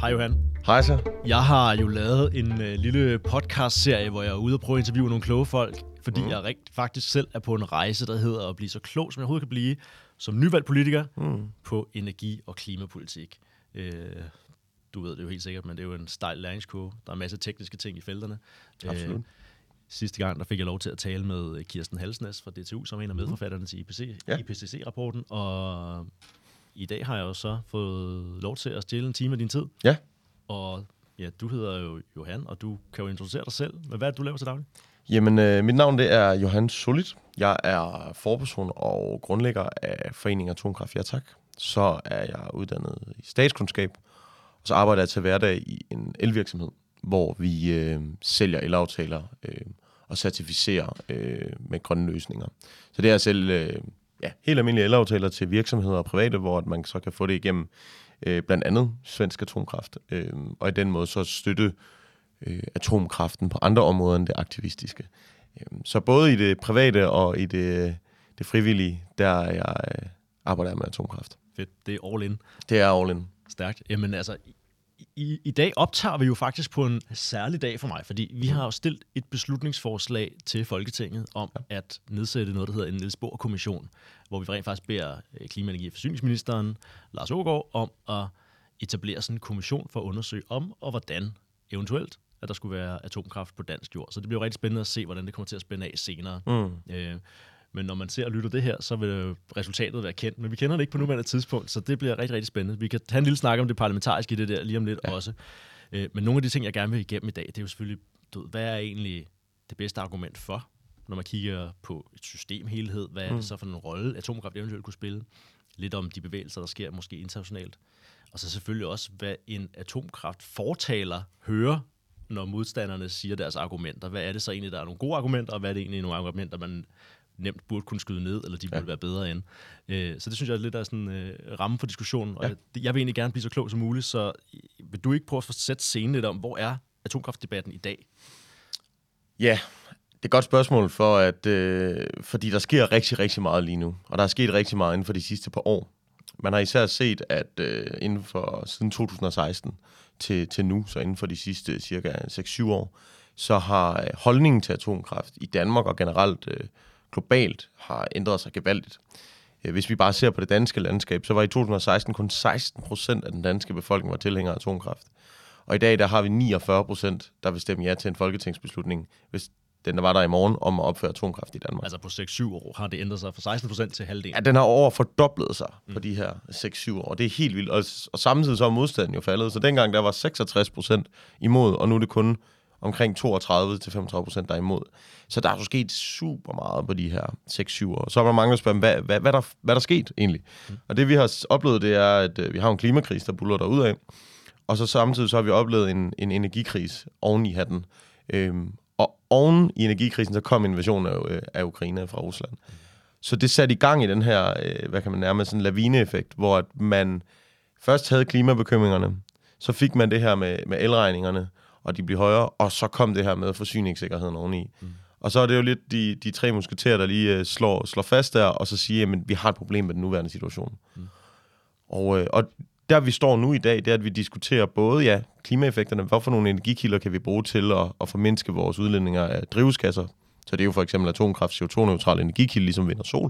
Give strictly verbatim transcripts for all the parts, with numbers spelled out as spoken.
Hej Johan. Hej så. Jeg har jo lavet en øh, lille podcast-serie, hvor jeg er ude og prøve at interviewe nogle kloge folk, fordi mm. jeg rigt, faktisk selv er på en rejse, der hedder at blive så klog, som jeg overhovedet kan blive, som nyvalgt politiker mm. på energi- og klimapolitik. Øh, du ved det jo helt sikkert, men det er jo en stejl læringskurve. Der er en masse tekniske ting i felterne. Absolut. Øh, sidste gang, der fik jeg lov til at tale med Kirsten Halsnæs fra D T U, som er en af medforfatterne til I P C, ja. I P C C-rapporten, og i dag har jeg jo så fået lov til at stjæle en time af din tid. Ja. Og ja, du hedder jo Johan, og du kan jo introducere dig selv. Men hvad er det, du laver til daglig? Jamen, øh, mit navn det er Johan Solit. Jeg er forperson og grundlægger af Foreningen Atomkraft Ja Tak. Så er jeg uddannet i statskundskab, og så arbejder jeg til hverdag i en elvirksomhed, hvor vi øh, sælger elaftaler øh, og certificerer øh, med grønne løsninger. Så det er selv øh, ja, helt almindelige elaftaler til virksomheder og private, hvor man så kan få det igennem øh, blandt andet svensk atomkraft, øh, og i den måde så støtte øh, atomkraften på andre områder end det aktivistiske. Øh, så både i det private og i det, det frivillige, der er jeg øh, arbejder jeg med atomkraft. Fedt, det er all in. Det er all in. Stærkt. Jamen altså, i, i dag optager vi jo faktisk på en særlig dag for mig, fordi vi har jo stillet et beslutningsforslag til Folketinget om ja. at nedsætte noget, der hedder en Niels Bohr-kommission, hvor vi rent faktisk beder klima-, energi- og forsyningsministeren, Lars Aagaard, om at etablere sådan en kommission for at undersøge om og hvordan eventuelt, at der skulle være atomkraft på dansk jord. Så det bliver jo rigtig spændende at se, hvordan det kommer til at spænde af senere. Mm. Øh, Men når man ser og lytter det her, så vil resultatet være kendt. Men vi kender det ikke på nuværende tidspunkt, så det bliver rigtig, rigtig spændende. Vi kan have en lille snak om det parlamentariske i det der lige om lidt ja. også. Men nogle af de ting, jeg gerne vil igennem i dag, det er jo selvfølgelig, du ved, hvad er egentlig det bedste argument for, når man kigger på et systemhelhed? Hvad er det så for en rolle, atomkraft eventuelt kunne spille? Lidt om de bevægelser, der sker måske internationalt. Og så selvfølgelig også, hvad en atomkraft fortaler hører, når modstanderne siger deres argumenter. Hvad er det så egentlig, der er nogle gode argumenter, og hvad er det egentlig nogle argumenter, man nemt burde kunne skyde ned, eller de burde ja. være bedre end. Øh, så det synes jeg er lidt af sådan en øh, ramme for diskussionen, og ja. jeg, jeg vil egentlig gerne blive så klog som muligt, så vil du ikke prøve at sætte scenen lidt om, hvor er atomkraftdebatten i dag? Ja, det er et godt spørgsmål, for at, øh, fordi der sker rigtig, rigtig meget lige nu, og der er sket rigtig meget inden for de sidste par år. Man har især set, at øh, inden for siden to tusind og seksten til, til nu, så inden for de sidste cirka seks syv år, så har holdningen til atomkraft i Danmark og generelt øh, globalt har ændret sig gevaldigt. Hvis vi bare ser på det danske landskab, så var i to tusind og seksten kun seksten procent af den danske befolkning var tilhængere af atomkraft. Og i dag der har vi niogfyrre procent, der vil stemme ja til en folketingsbeslutning, hvis den der var der i morgen, om at opføre atomkraft i Danmark. Altså på seks syv år har det ændret sig fra seksten procent til halvdelen? Ja, den har over fordoblet sig mm. på de her seks syv år. Det er helt vildt. Og, og samtidig så er modstanden jo faldet. Så dengang der var seksogtres procent imod, og nu er det kun omkring toogtredive til femogtredive procent der er imod. Så der er jo sket super meget på de her seks syv år. Så er der mange, der spørger, hvad, hvad, hvad, der, hvad der er sket egentlig? Mm. Og det vi har oplevet, det er, at uh, vi har en klimakrise, der buller derudad. Og så samtidig så har vi oplevet en, en energikrise oven i hatten. Øhm, og oven i energikrisen, så kom invasionen af, af Ukraine fra Rusland. Mm. Så det satte i gang i den her, øh, hvad kan man nærmest, sådan en lavineeffekt, hvor at man først havde klimabekymringerne, så fik man det her med, med elregningerne, og de blev højere, og så kom det her med forsyningssikkerheden oveni. Mm. Og så er det jo lidt de, de tre musketerer, der lige uh, slår, slår fast der, og så siger, at vi har et problem med den nuværende situation. Mm. Og, uh, og der vi står nu i dag, det er, at vi diskuterer både ja, klimaeffekterne, hvorfor nogle energikilder kan vi bruge til at, at formindske vores udledninger af drivhusgasser. Så det er jo for eksempel atomkraft, C O to neutral energikilde, ligesom vind og sol.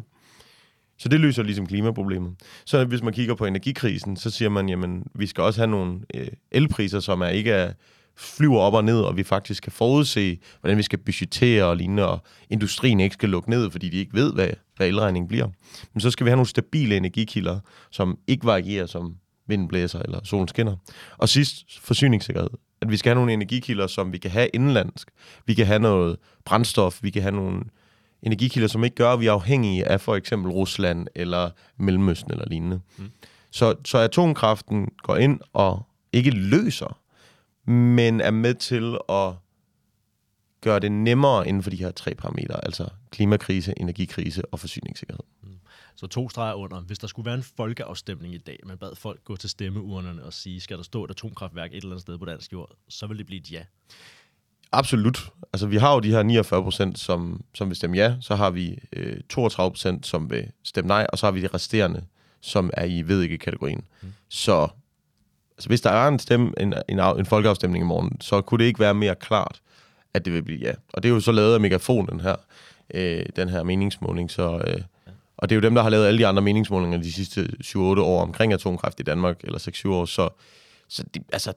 Så det løser ligesom klimaproblemet. Så hvis man kigger på energikrisen, så siger man, jamen vi skal også have nogle øh, elpriser, som er ikke er flyver op og ned, og vi faktisk kan forudse, hvordan vi skal budgettere og lignende, og industrien ikke skal lukke ned, fordi de ikke ved, hvad, hvad elregningen bliver. Men så skal vi have nogle stabile energikilder, som ikke varierer, som vinden blæser eller solen skinner. Og sidst, forsyningssikkerhed. At vi skal have nogle energikilder, som vi kan have indenlandsk. Vi kan have noget brændstof, vi kan have nogle energikilder, som ikke gør, at vi er afhængige af for eksempel Rusland eller Mellemøsten eller lignende. Mm. Så, så atomkraften går ind og ikke løser, men er med til at gøre det nemmere inden for de her tre parametre, altså klimakrise, energikrise og forsyningssikkerhed. Mm. Så to streger under. Hvis der skulle være en folkeafstemning i dag, man bad folk gå til stemmeurnerne og sige, skal der stå et atomkraftværk et eller andet sted på dansk jord, så vil det blive et ja. Absolut. Altså vi har jo de her niogfyrre procent, som, som vil stemme ja, så har vi øh, toogtredive procent, som vil stemme nej, og så har vi de resterende, som er i ved ikke kategorien. Mm. Så altså hvis der er en, stemme, en, en, en folkeafstemning i morgen, så kunne det ikke være mere klart, at det vil blive ja. Og det er jo så lavet af Megafon, den her, øh, den her meningsmåling. Så, øh, og det er jo dem, der har lavet alle de andre meningsmålinger de sidste syv otte år omkring atomkraft i Danmark, eller seks syv år. Så, så det, altså,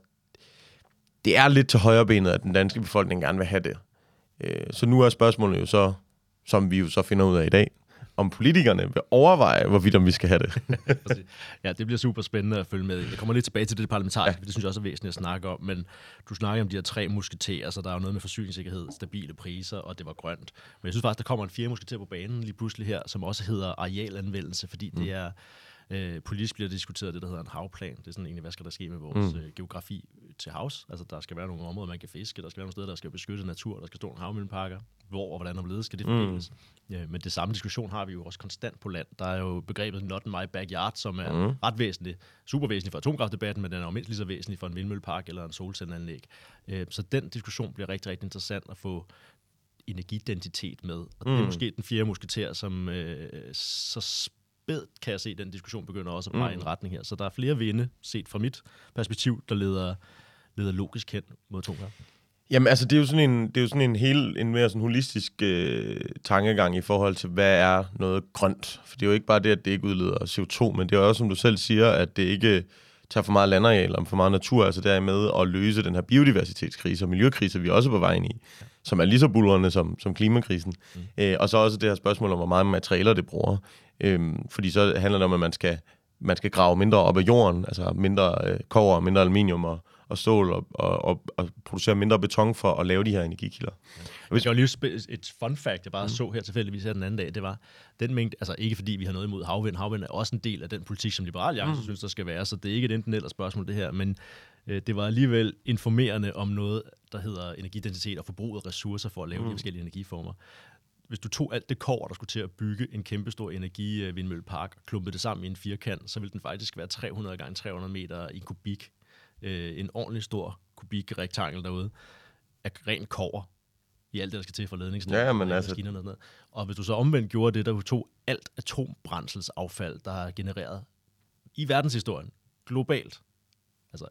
det er lidt til højrebenet, at den danske befolkning gerne vil have det. Øh, så nu er spørgsmålet jo så, som vi jo så finder ud af i dag, om politikerne vil overveje, hvorvidt om vi skal have det. Ja, det bliver super spændende at følge med. Jeg kommer lidt tilbage til det parlamentariske, ja. Det synes jeg også er væsentligt at snakke om, men du snakker om de her tre musketerer, så der er jo noget med forsyningssikkerhed, stabile priser, og det var grønt. Men jeg synes faktisk, der kommer en fjerde musketer på banen lige pludselig her, som også hedder arealanvendelse, fordi mm. det er øh, politisk bliver diskuteret det, der hedder en havplan. Det er sådan egentlig, hvad skal der ske med vores mm. øh, geografi til havs? Altså, der skal være nogle områder, man kan fiske, der skal være nogle steder, der skal beskytte natur, der skal stå nogle havmølleparker. Hvor og hvordan og hvorledes skal det fordeles. Mm. Ja, men det samme diskussion har vi jo også konstant på land. Der er jo begrebet not in my backyard, som er mm. ret væsentligt, super væsentligt for atomkraftdebatten, men den er jo mindst lige så væsentlig for en vindmøllepark eller en solcelleanlæg. Så den diskussion bliver rigtig, rigtig interessant at få energiidentitet med. Og mm. det er måske den fjerde musketer, som øh, så spædt kan jeg se, den diskussion begynder også at pege mm. en retning her. Så der er flere vinde, set fra mit perspektiv, der leder, leder logisk hen mod atomkraft. Jamen altså, det er jo sådan en, det er jo sådan en helt, en mere sådan holistisk øh, tankegang i forhold til, hvad er noget grønt? For det er jo ikke bare det, at det ikke udleder C O to, men det er også, som du selv siger, at det ikke tager for meget landareal og for meget natur, altså der er med at løse den her biodiversitetskrise og miljøkrise, vi er også på vej ind i, som er lige så bulrende som, som klimakrisen. Mm. Øh, og så også det her spørgsmål om, hvor meget materialer det bruger. Øh, fordi så handler det om, at man skal, man skal grave mindre op af jorden, altså mindre øh, kobber, mindre aluminium og og stål og, og, og, og producere mindre beton for at lave de her energikilder. Ja. Hvis jeg lige sp- et fun fact, jeg bare mm. så her tilfældigvis her den anden dag, det var den mængde, altså ikke fordi vi har noget imod havvind, havvind er også en del af den politik, som Liberal Alliance mm. synes, der skal være, så det er ikke et enten eller spørgsmål det her, men øh, det var alligevel informerende om noget, der hedder energiidentitet og forbrug af ressourcer for at lave mm. de forskellige energiformer. Hvis du tog alt det kobber, der skulle til at bygge en kæmpestor energivindmøllepark og klumpede det sammen i en firkant, så ville den faktisk være tre hundrede gange tre hundrede meter i kubik. Øh, en ordentlig stor kubikrektangel derude af ren kobber i alt det, der skal til for ledningsnet. Ja, men altså... Og, sådan noget. Og hvis du så omvendt gjorde det, der du tog alt atombrændselsaffald, der er genereret i verdenshistorien, globalt, altså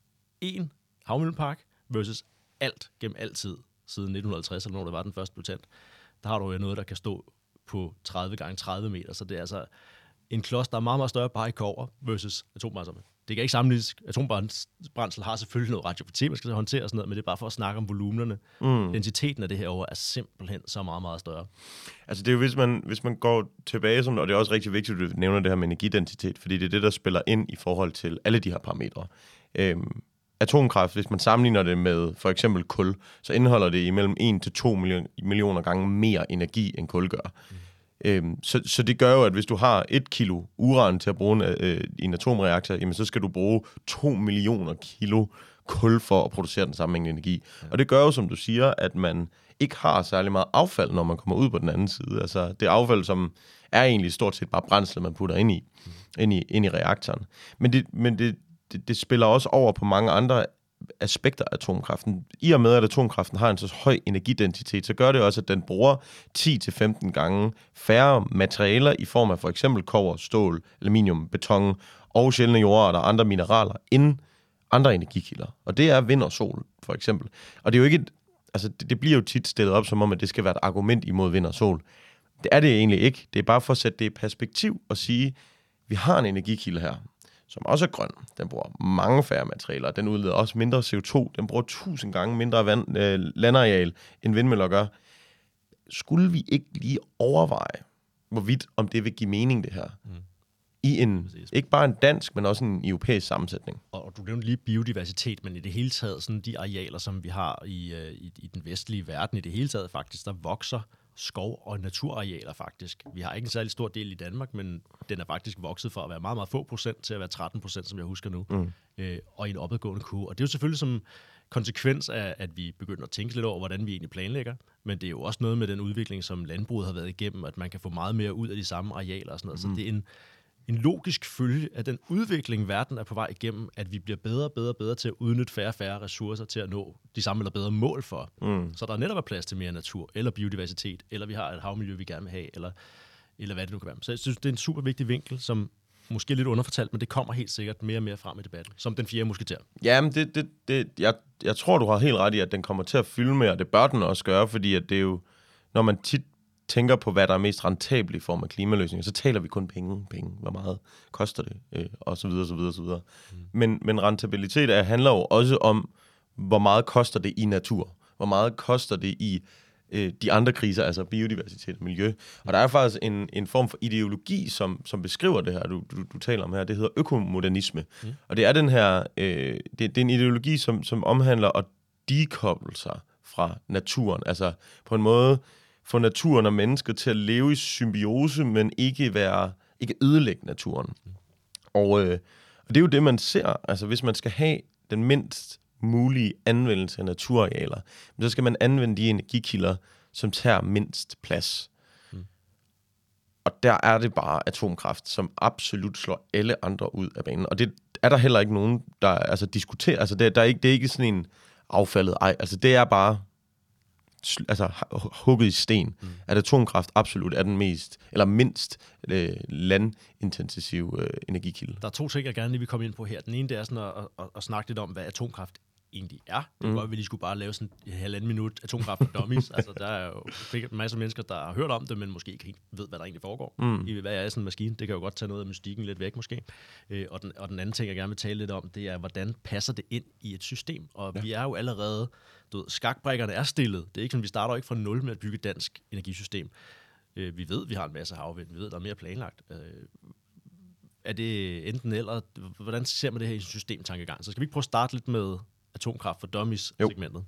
en havmøllepark versus alt gennem altid, siden nitten halvtreds, eller når det var den første patent, der har du jo noget, der kan stå på tredive gange tredive meter, så det er altså en klods, der er meget, meget større bare i kobber versus atombrændselsaffald. Det kan ikke sammenlignes. Atombrændsel har selvfølgelig noget radioaktivitet, man skal håndtere og sådan noget, men det er bare for at snakke om volumenerne. Mm. Densiteten af det her over er simpelthen så meget, meget større. Altså det er jo, hvis man, hvis man går tilbage, som, og det er også rigtig vigtigt, at du nævner det her med energiidentitet, fordi det er det, der spiller ind i forhold til alle de her parametre. Øhm, atomkraft, hvis man sammenligner det med for eksempel kul, så indeholder det imellem en til to millioner gange mere energi, end kul gør. Mm. Øhm, så, så det gør jo, at hvis du har et kilo uran til at bruge øh, i en atomreaktor, jamen så skal du bruge to millioner kilo kul for at producere den samme mængde energi. Ja. Og det gør jo, som du siger, at man ikke har særlig meget affald, når man kommer ud på den anden side. Altså det affald, som er egentlig stort set bare brændsel, man putter ind i, mm. ind i, ind i reaktoren. Men, det, men det, det, det spiller også over på mange andre aspekter af atomkraften. I og med, at atomkraften har en så høj energidensitet, så gør det også, at den bruger ti til femten gange færre materialer i form af for eksempel kobber, stål, aluminium, beton og sjældne jordarter og andre mineraler end andre energikilder. Og det er vind og sol, for eksempel. Og det er jo ikke et, altså det, det bliver jo tit stillet op som om, at det skal være et argument imod vind og sol. Det er det egentlig ikke. Det er bare for at sætte det i perspektiv og sige, vi har en energikilde her, som også er grøn. Den bruger mange færre materialer. Den udleder også mindre C O to. Den bruger tusind gange mindre vand, øh, landareal, end vindmøller gør. Skulle vi ikke lige overveje, hvorvidt om det vil give mening, det her? Mm. I en, Præcis. Ikke bare en dansk, men også en europæisk sammensætning. Og du nævnte lige biodiversitet, men i det hele taget, sådan de arealer, som vi har i, i, i den vestlige verden, i det hele taget faktisk, der vokser skov- og naturarealer faktisk. Vi har ikke en særlig stor del i Danmark, men den er faktisk vokset fra at være meget, meget få procent til at være tretten procent, som jeg husker nu, mm. øh, og i en opadgående kurve. Og det er jo selvfølgelig som konsekvens af, at vi begynder at tænke lidt over, hvordan vi egentlig planlægger, men det er jo også noget med den udvikling, som landbruget har været igennem, at man kan få meget mere ud af de samme arealer og sådan noget. Mm. Så det er en, en logisk følge af den udvikling, verden er på vej igennem, at vi bliver bedre og bedre og bedre til at udnytte færre og færre ressourcer til at nå de samme eller bedre mål for. Mm. Så der netop er plads til mere natur, eller biodiversitet, eller vi har et havmiljø, vi gerne vil have, eller, eller hvad det nu kan være. Så jeg synes, det er en super vigtig vinkel, som måske lidt underfortalt, men det kommer helt sikkert mere og mere frem i debatten, som den fjerde musketer. Jamen, det, det, det, jeg, jeg tror, du har helt ret i, at den kommer til at fylde med, og det bør den også gøre, fordi at det er jo, når man tit tænker på, hvad der er mest rentabelt i form af klimaløsninger, så taler vi kun penge, penge. Hvor meget koster det? Øh, og så videre, så videre, så videre. Mm. Men, men rentabilitet er, handler jo også om, hvor meget koster det i natur? Hvor meget koster det i øh, de andre kriser, altså biodiversitet og miljø? Og der er faktisk en, en form for ideologi, som, som beskriver det her, du, du, du taler om her. Det hedder økomodernisme. Mm. Og det er den her, øh, det, det er en ideologi, som, som omhandler at dekoble sig fra naturen. Altså på en måde få naturen og mennesket til at leve i symbiose, men ikke være ikke ødelægge naturen. Mm. Og, øh, og det er jo det, man ser. Altså hvis man skal have den mindst mulige anvendelse af naturarealer, så skal man anvende de energikilder, som tager mindst plads. Mm. Og der er det bare atomkraft, som absolut slår alle andre ud af banen. Og det er der heller ikke nogen, der altså, diskuterer. Altså, det, der er ikke, det er ikke sådan en affaldet ej. Altså, det er bare altså, hugget i sten, mm. at atomkraft absolut er den mest, eller mindst øh, landintensive øh, energikilde. Der er to ting, jeg gerne lige vil komme ind på her. Den ene, det er sådan at, at, at, at snakke lidt om, hvad atomkraft egentlig er. Det er mm. godt, at vi lige skulle bare lave sådan en halvanden minut atomkraft for dummies. Altså, der er jo en masse mennesker, der har hørt om det, men måske ikke ved, hvad der egentlig foregår. Mm. I, hvad er sådan en maskine? Det kan jo godt tage noget af mystikken lidt væk, måske. Øh, og, den, og den anden ting, jeg gerne vil tale lidt om, det er, hvordan passer det ind i et system? Og ja. vi er jo allerede, du ved, skakbrækkerne er stillet. Det er ikke sådan, vi starter jo ikke fra nul med at bygge et dansk energisystem. Øh, vi ved, vi har en masse havvind. Vi ved, der er mere planlagt. Øh, er det enten eller? Hvordan ser man det her i systemtankegang? Så skal vi ikke prøve at starte lidt med atomkraft for dummies-segmentet?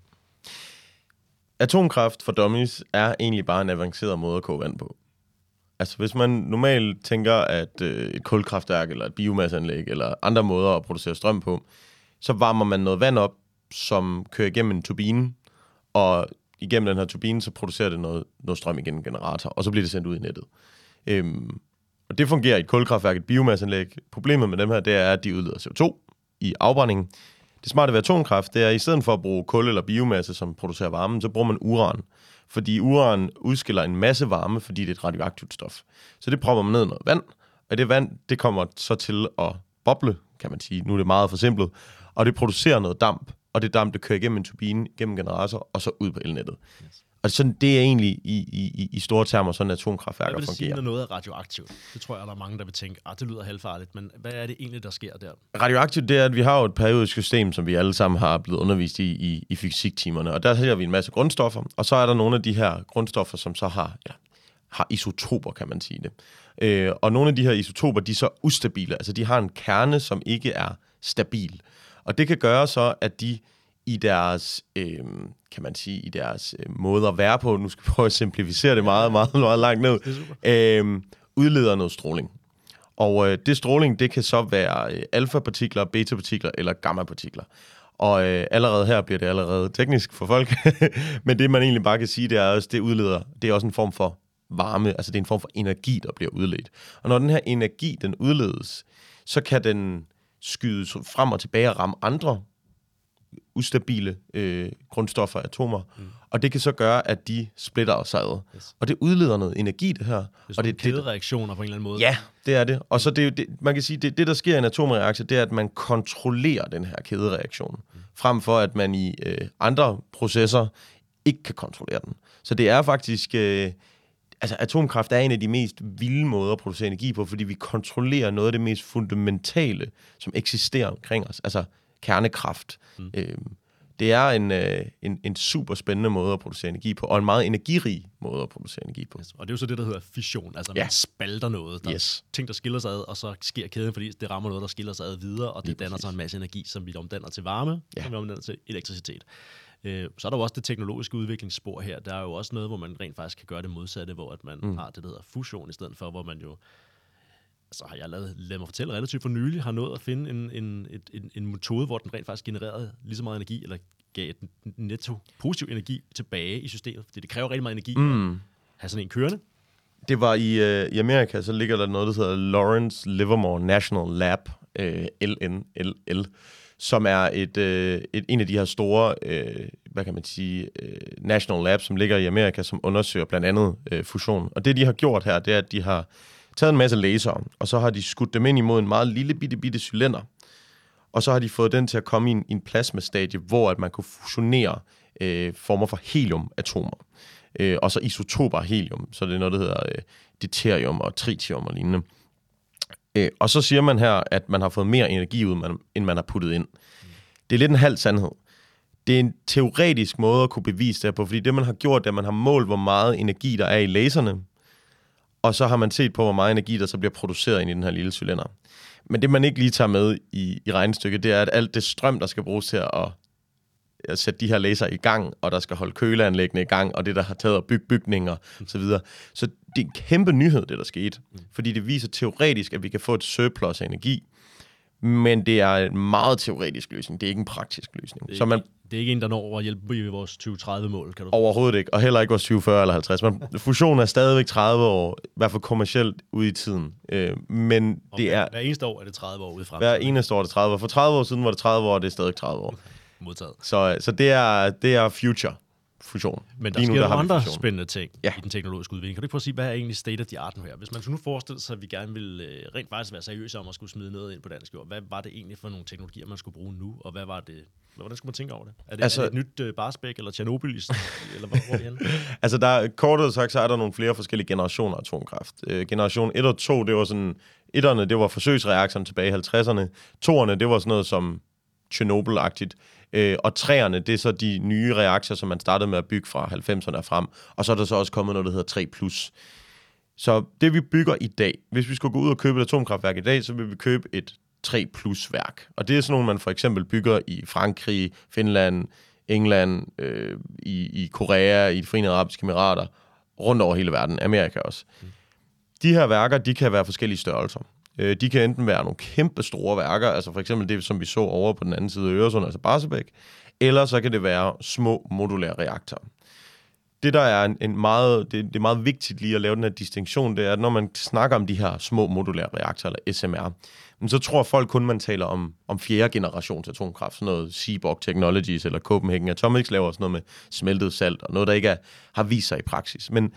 Atomkraft for dummies er egentlig bare en avanceret måde at koge vand på. Altså hvis man normalt tænker, at øh, et kulkraftværk eller et biomasseanlæg eller andre måder at producere strøm på, så varmer man noget vand op, som kører igennem en turbine, og igennem den her turbine, så producerer det noget, noget strøm igennem en generator, og så bliver det sendt ud i nettet. Øhm, og det fungerer i et kulkraftværk, et biomasseanlæg. Problemet med dem her, det er, at de udleder C O to i afbrændingen. Det smarte ved atomkraft, det er, at i stedet for at bruge kul eller biomasse, som producerer varme, så bruger man uran. Fordi uran udskiller en masse varme, fordi det er et radioaktivt stof. Så det propper man ned i noget vand, og det vand, det kommer så til at boble, kan man sige. Nu er det meget forsimplet. Og det producerer noget damp, og det damp, det kører igennem en turbine, igennem generator, og så ud på elnettet. Yes. Og sådan, det er egentlig i, i, i store termer, sådan atomkraftværker fungerer. Hvad vil det sige, når noget er radioaktivt? Det tror jeg, der er mange, der vil tænke, at det lyder halvfarligt, men hvad er det egentlig, der sker der? Radioaktivt, det er, at vi har jo et periodisk system, som vi alle sammen har blevet undervist i i, i fysiktimerne, og der har vi en masse grundstoffer, og så er der nogle af de her grundstoffer, som så har, ja, har isotoper, kan man sige det. Øh, og nogle af de her isotoper, de er så ustabile, altså de har en kerne, som ikke er stabil. Og det kan gøre så, at de i deres, øh, kan man sige, i deres øh, måde at være på, nu skal vi prøve at simplificere det meget, meget, meget langt ned, øh, udleder noget stråling. Og øh, det stråling, det kan så være øh, alfa-partikler, beta-partikler eller gamma-partikler. Og øh, allerede her bliver det allerede teknisk for folk, men det man egentlig bare kan sige, det er også, det udleder, det er også en form for varme, altså det er en form for energi, der bliver udledt. Og når den her energi, den udledes, så kan den skydes frem og tilbage og ramme andre ustabile øh, grundstoffer, atomer, mm. og det kan så gøre, at de splitter sig ad. Yes. Og det udleder noget energi, det her. Det er og det er kædereaktioner på en eller anden måde. Ja, det er det. Og så det, det man kan sige, det, det der sker i en atomreaktor, det er, at man kontrollerer den her kædereaktion, mm. frem for at man i øh, andre processer ikke kan kontrollere den. Så det er faktisk øh, altså atomkraft er en af de mest vilde måder at producere energi på, fordi vi kontrollerer noget af det mest fundamentale, som eksisterer omkring os. Altså kernekraft. Mm. Øhm, det er en, øh, en, en super spændende måde at producere energi på, og en meget energirig måde at producere energi på. Yes. Og det er jo så det, der hedder fission. Altså man ja. spalter noget. Der yes. er ting, der skiller sig ad, og så sker kæden, fordi det rammer noget, der skiller sig ad videre, og det Lige danner præcis. sig en masse energi, som vi omdanner til varme, ja. som vi omdanner til elektricitet. Øh, så er der jo også det teknologiske udviklingsspor her. Der er jo også noget, hvor man rent faktisk kan gøre det modsatte, hvor at man mm. har det, der hedder fusion, i stedet for, hvor man jo så har jeg lavet, lad mig fortælle, relativt for nylig, har nået at finde en, en, et, en, en metode, hvor den rent faktisk genererede lige så meget energi, eller gav et netto positiv energi tilbage i systemet, fordi det kræver rigtig meget energi mm. at have sådan en kørende. Det var i, øh, i Amerika, så ligger der noget, der hedder Lawrence Livermore National Lab, øh, L N L L, som er et, øh, et, en af de her store, øh, hvad kan man sige, øh, national labs, som ligger i Amerika, som undersøger blandt andet øh, fusion. Og det, de har gjort her, det er, at de har taget en masse laser, og så har de skudt dem ind imod en meget lille bitte, bitte cylinder, og så har de fået den til at komme i en, i en plasmastadie, hvor at man kunne fusionere øh, former for heliumatomer, øh, og så isotoper af helium, så det er noget, der hedder øh, deuterium og tritium og lignende. Øh, og så siger man her, at man har fået mere energi ud, man, end man har puttet ind. Mm. Det er lidt en halv sandhed. Det er en teoretisk måde at kunne bevise det på, fordi det, man har gjort, det er, at man har målt, hvor meget energi, der er i laserne, og så har man set på, hvor meget energi, der så bliver produceret ind i den her lille cylinder. Men det, man ikke lige tager med i, i regnestykket, det er, at alt det strøm, der skal bruges til at, at sætte de her laser i gang, og der skal holde køleanlæggene i gang, og det, der har taget at bygge bygninger osv. Så, videre. Så det er en kæmpe nyhed, det der skete, fordi det viser teoretisk, at vi kan få et surplus af energi, men det er en meget teoretisk løsning. Det er ikke en praktisk løsning. Det er, så man, det er ikke en, der når at hjælpe i vores tyve tredive-mål, kan du? Overhovedet ikke, og heller ikke vores tyve fyrre eller halvtreds. Men fusionen er stadigvæk tredive år, i hvert fald kommercielt ude i tiden. Øh, men og det hver, er... Hver eneste år er det tredive år ude i fremtiden. Hver eneste år er det tredive år. For tredive år siden var det tredive år, og det er stadig tredive år. Modtaget. Så, så det, er, det er future fusion. Men der Lige sker nu, der nogle andre fusion. spændende ting ja. i den teknologiske udvikling. Kan du ikke prøve at sige, hvad er egentlig state of the art nu her? Hvis man nu forestiller sig, at vi gerne vil øh, rent faktisk være seriøse om at skulle smide noget ind på dansk jord, hvad var det egentlig for nogle teknologier, man skulle bruge nu, og hvad var det? Hvordan skulle man tænke over det? Er det, altså, er det et nyt øh, Barsebäck eller Tjernobyl, eller hvor, hvor er vi henne? Altså, der, kortet sagt, så er der nogle flere forskellige generationer af atomkraft. Øh, generation et og to, det var sådan... Etterne, det var forsøgsreaktoren tilbage i halvtredserne. Toerne, det var sådan noget som Chernobyl-agtigt. Øh, og træerne, det er så de nye reaktorer, som man startede med at bygge fra halvfemserne frem. Og så er der så også kommet noget, der hedder tre plus. Så det, vi bygger i dag, hvis vi skulle gå ud og købe et atomkraftværk i dag, så vil vi købe et tre plus værk. Og det er sådan nogle, man for eksempel bygger i Frankrig, Finland, England, øh, i, i Korea, i de Forenede Arabiske Emirater, rundt over hele verden, Amerika også. Mm. De her værker, de kan være forskellige størrelser. De kan enten være nogle kæmpe store værker, altså for eksempel det, som vi så over på den anden side af Øresund, altså Barsebäck, eller så kan det være små modulære reaktorer. Det, der er en, en meget, det, det er meget vigtigt lige at lave den her distinktion, det er, at når man snakker om de her små modulære reaktorer, eller S M R, så tror folk kun, man taler om, om fjerde generations atomkraft, sådan noget Seaborg Technologies eller Copenhagen Atomics laver sådan noget med smeltet salt, og noget, der ikke er, har vist sig i praksis. Men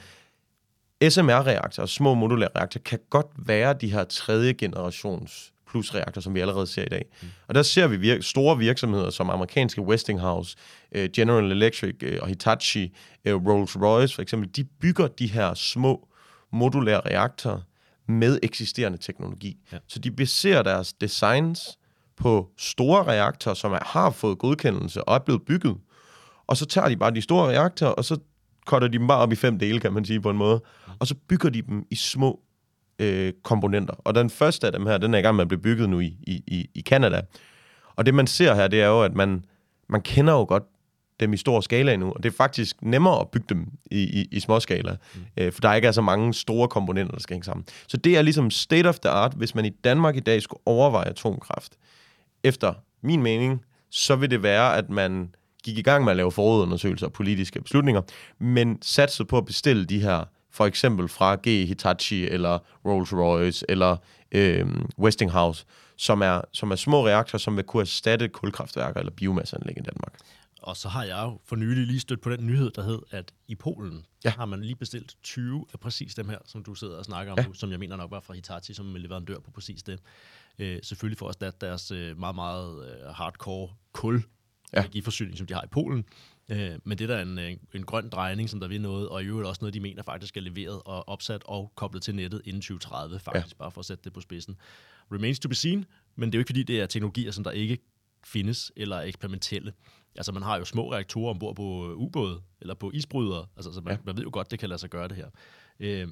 S M R-reaktorer, små modulære reaktorer, kan godt være de her tredje generations plusreaktorer, som vi allerede ser i dag. Mm. Og der ser vi virk- store virksomheder som amerikanske Westinghouse, uh, General Electric uh, og Hitachi, uh, Rolls-Royce for eksempel, de bygger de her små modulære reaktorer med eksisterende teknologi. Ja. Så de baserer deres designs på store reaktorer, som er, har fået godkendelse og er blevet bygget. Og så tager de bare de store reaktorer, og så cutter de dem bare op i fem dele, kan man sige på en måde. Og så bygger de dem i små øh, komponenter. Og den første af dem her, den er i gang med at blive bygget nu i, i, i Canada. Og det man ser her, det er jo, at man, man kender jo godt dem i stor skala nu, og det er faktisk nemmere at bygge dem i, i, i små skala, mm. øh, for der ikke er så mange store komponenter, der skal hænge sammen. Så det er ligesom state of the art, hvis man i Danmark i dag skulle overveje atomkraft. Efter min mening, så vil det være, at man gik i gang med at lave forudundersøgelser og politiske beslutninger, men satsede på at bestille de her, for eksempel fra G E, Hitachi, eller Rolls-Royce, eller øh, Westinghouse, som er, som er små reaktorer, som vil kunne erstatte kulkraftværker eller biomasseanlæg i Danmark. Og så har jeg jo for nylig lige stødt på den nyhed, der hed, at i Polen ja. har man lige bestilt tyve af præcis dem her, som du sidder og snakker om ja. nu, som jeg mener nok var fra Hitachi, som er leverandør på præcis det. Øh, selvfølgelig for at erstatte deres øh, meget, meget øh, hardcore kul, ja. energiforsyning, som de har i Polen. Øh, men det der er en, en grøn drejning, som der vil noget, og i øvrigt også noget, de mener faktisk er leveret og opsat og koblet til nettet inden tyve tredive, faktisk ja. bare for at sætte det på spidsen. Remains to be seen, men det er jo ikke fordi, det er teknologier, som der ikke findes eller er eksperimentelle. Altså man har jo små reaktorer ombord på ubåde eller på isbrydere, altså så man, ja. man ved jo godt, det kan lade sig gøre det her. Øh,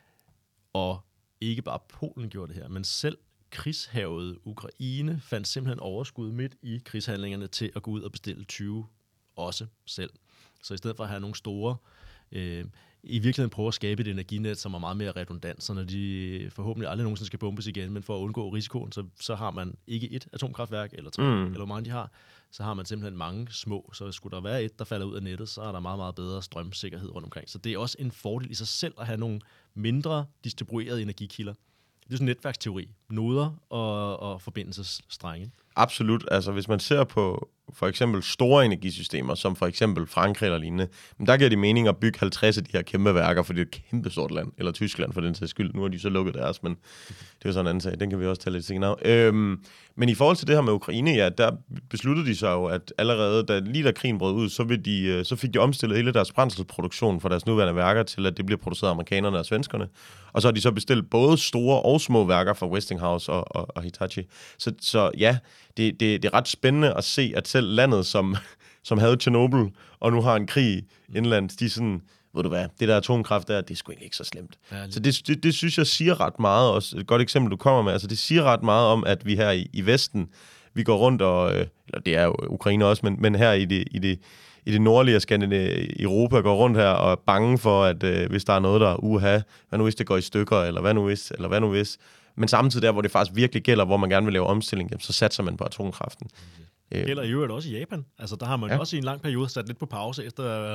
og ikke bare Polen gjorde det her, men selv krigshavet Ukraine fandt simpelthen overskud midt i krigshandlingerne til at gå ud og bestille tyve også selv. Så i stedet for at have nogle store, øh, i virkeligheden prøve at skabe et energinet, som er meget mere redundant, så når de forhåbentlig aldrig nogensinde skal bombes igen, men for at undgå risikoen, så, så har man ikke et atomkraftværk, eller tre, mm. eller hvor mange de har, så har man simpelthen mange små. Så skulle der være et, der falder ud af nettet, så er der meget, meget bedre strømsikkerhed rundt omkring. Så det er også en fordel i sig selv at have nogle mindre distribuerede energikilder. Det er sådan en netværksteori. Noder og, og forbindelsesstrenge. Absolut. Altså, hvis man ser på, for eksempel store energisystemer, som for eksempel Frankrig eller lignende, men der giver det mening at bygge halvtreds af de her kæmpe værker, for det er et kæmpe stort land, eller Tyskland for den sags skyld. Nu har de så lukket deres, men det er sådan en anden sag. Den kan vi også tale lidt senere. Øhm, men i forhold til det her med Ukraine, ja, der besluttede de sig jo, at allerede da, lige da krigen brød ud, så, vil de, så fik de omstillet hele deres brændselsproduktion fra deres nuværende værker til, at det bliver produceret af amerikanerne og svenskerne. Og så har de så bestilt både store og små værker fra Westinghouse og, og, og Hitachi. Så, så ja, det, det, det er ret spændende at se, at selv landet, som, som havde Chernobyl, og nu har en krig indlands, de sådan, ved du hvad, det der atomkraft der, det er sgu egentlig ikke så slemt. Ja, så det, det, det synes jeg siger ret meget, også et godt eksempel, du kommer med, altså det siger ret meget om, at vi her i, i Vesten, vi går rundt og, eller det er jo Ukraine også, men, men her i det, i det i det nordlige af Skandinavien, Europa går rundt her og er bange for, at øh, hvis der er noget, der er uha, hvad nu hvis det går i stykker, eller hvad nu hvis, eller hvad nu hvis. Men samtidig der, hvor det faktisk virkelig gælder, hvor man gerne vil lave omstilling, jamen, så satser man på atomkraften. Det gælder i øvrigt også i Japan. Altså, der har man ja. også i en lang periode sat lidt på pause efter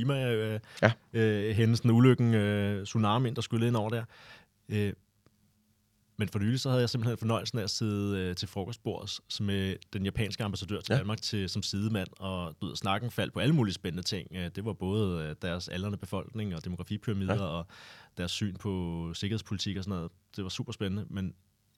Fukushima-hændelsen, øh, ja. ulykken, øh, tsunamien, der skulle ind over der. Øh, Men for nylig så havde jeg simpelthen fornøjelsen af at sidde øh, til frokostbords med den japanske ambassadør til ja. Danmark til, som sidemand, og du ved, snakken faldt på alle mulige spændende ting. Det var både øh, deres aldrende befolkning og demografipyramider ja. og deres syn på sikkerhedspolitik og sådan noget. Det var super spændende, men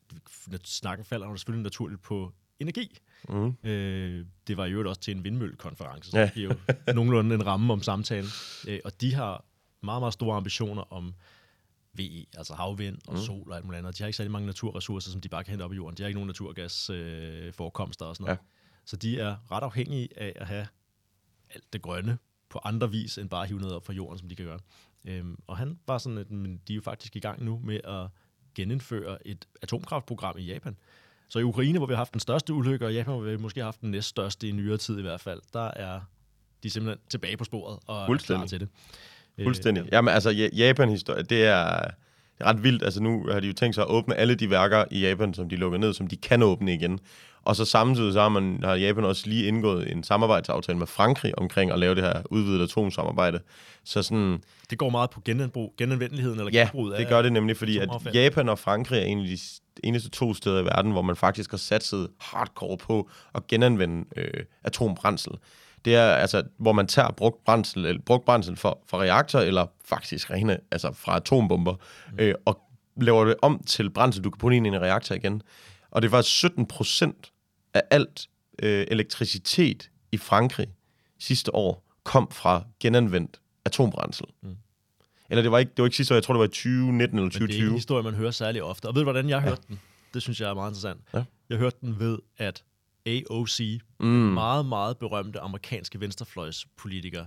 snakken falder jo selvfølgelig naturligt på energi. Mm. Øh, det var jo også til en vindmøllekonference, så ja. det giver jo nogenlunde en ramme om samtalen. Øh, og de har meget, meget store ambitioner om V E, altså havvind og mm. sol og alt muligt andet. De har ikke særlig mange naturressourcer, som de bare kan hente op i jorden. De har ikke nogen naturgasforekomster øh, og sådan noget. Ja. Så de er ret afhængige af at have alt det grønne på andre vis, end bare at hive noget op fra jorden, som de kan gøre. Øhm, og han var sådan, at men de er jo faktisk i gang nu med at genindføre et atomkraftprogram i Japan. Så i Ukraine, hvor vi har haft den største ulykke, og i Japan, hvor vi måske har haft den næststørste i nyere tid i hvert fald, der er de simpelthen tilbage på sporet og er klar til det. Fuldstændig. Jamen altså, Japan-historie, det er, det er ret vildt. Altså nu har de jo tænkt sig at åbne alle de værker i Japan, som de lukker ned, som de kan åbne igen. Og så samtidig så har, man, har Japan også lige indgået en samarbejdsaftale med Frankrig omkring at lave det her udvidet atomsamarbejde. Så sådan... Det går meget på genanbrug, genanvendeligheden eller ja, genbruget af... det gør det nemlig, fordi at Japan og Frankrig er en af de eneste to steder i verden, hvor man faktisk har satset hardcore på at genanvende øh, atombrændsel. Det er altså, hvor man tager brugt brændsel, eller brugt brændsel fra, fra reaktor, eller faktisk rene, altså fra atombomber, mm. øh, og laver det om til brændsel, du kan putte ind i en reaktor igen. Og det var sytten procent af alt øh, elektricitet i Frankrig sidste år, kom fra genanvendt atombrændsel. Mm. Eller det var ikke, det var ikke sidste år, jeg tror det var i tyve nitten eller tyve tyve. Men det er en historie, man hører særlig ofte. Og ved du, hvordan jeg hørte ja. den? Det synes jeg er meget interessant. Ja. Jeg hørte den ved, at A O C, mm. meget, meget berømte amerikanske venstrefløjspolitiker,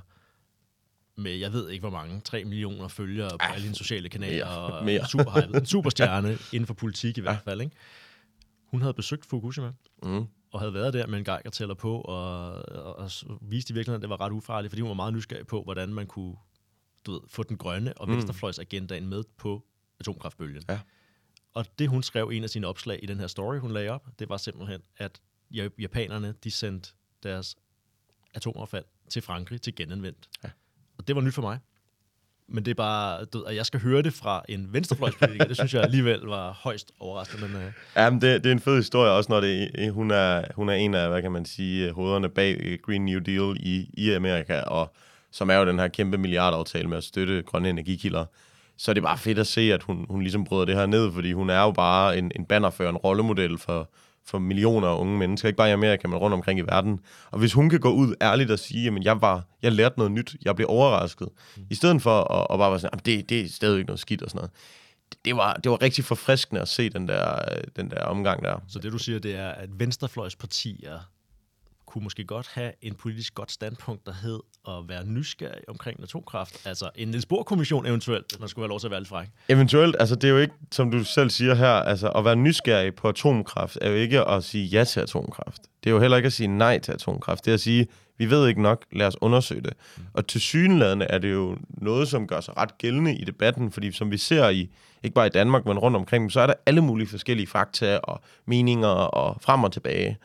med, jeg ved ikke hvor mange, tre millioner følgere på ah, alle de sociale kanaler, og mere. Super en superstjerne inden for politik i hvert fald, ikke? Hun havde besøgt Fukushima, mm. og havde været der med en geigertæller på, og, og, og viste i virkeligheden, at det var ret ufarligt, fordi hun var meget nysgerrig på, hvordan man kunne du ved, få den grønne og venstrefløjsagendaen med på atomkraftbølgen. Ja. Og det, hun skrev en af sine opslag i den her story, hun lagde op, det var simpelthen, at japanerne, de sendte deres atomaffald til Frankrig til genanvendt. Ja. Og det var nyt for mig. Men det er bare, du, at jeg skal høre det fra en venstrefløjspolitiker, det synes jeg alligevel var højst overraskende. Men, uh... ja, men det, det er en fed historie, også når det, hun, er, hun er en af, hvad kan man sige, hovederne bag Green New Deal i, i Amerika, og som er jo den her kæmpe milliardaftale med at støtte grønne energikilder. Så det er bare fedt at se, at hun, hun ligesom bryder det her ned, fordi hun er jo bare en, en bannerfører, en rollemodel for for millioner af unge mennesker, ikke bare i Amerika, men rundt omkring i verden. Og hvis hun kan gå ud ærligt og sige, at jeg var, jeg lærte noget nyt, jeg blev overrasket, mm. i stedet for at, at bare være sådan, det, det er stadig ikke noget skidt og sådan noget. Det, det, var, det var rigtig forfriskende at se den der, den der omgang der. Så det du siger, det er, at venstrefløjspartier kunne måske godt have en politisk godt standpunkt, der hed at være nysgerrig omkring atomkraft. Altså en Niels Bohr-kommission eventuelt, hvis man skulle have lov til at være lidt fræk. Eventuelt, altså det er jo ikke, som du selv siger her, altså at være nysgerrig på atomkraft er jo ikke at sige ja til atomkraft. Det er jo heller ikke at sige nej til atomkraft. Det er at sige, vi ved ikke nok, lad os undersøge det. Mm. Og tilsyneladende er det jo noget, som gør sig ret gældende i debatten, fordi som vi ser i, ikke bare i Danmark, men rundt omkring, så er der alle mulige forskellige fakta og meninger og frem og tilbage.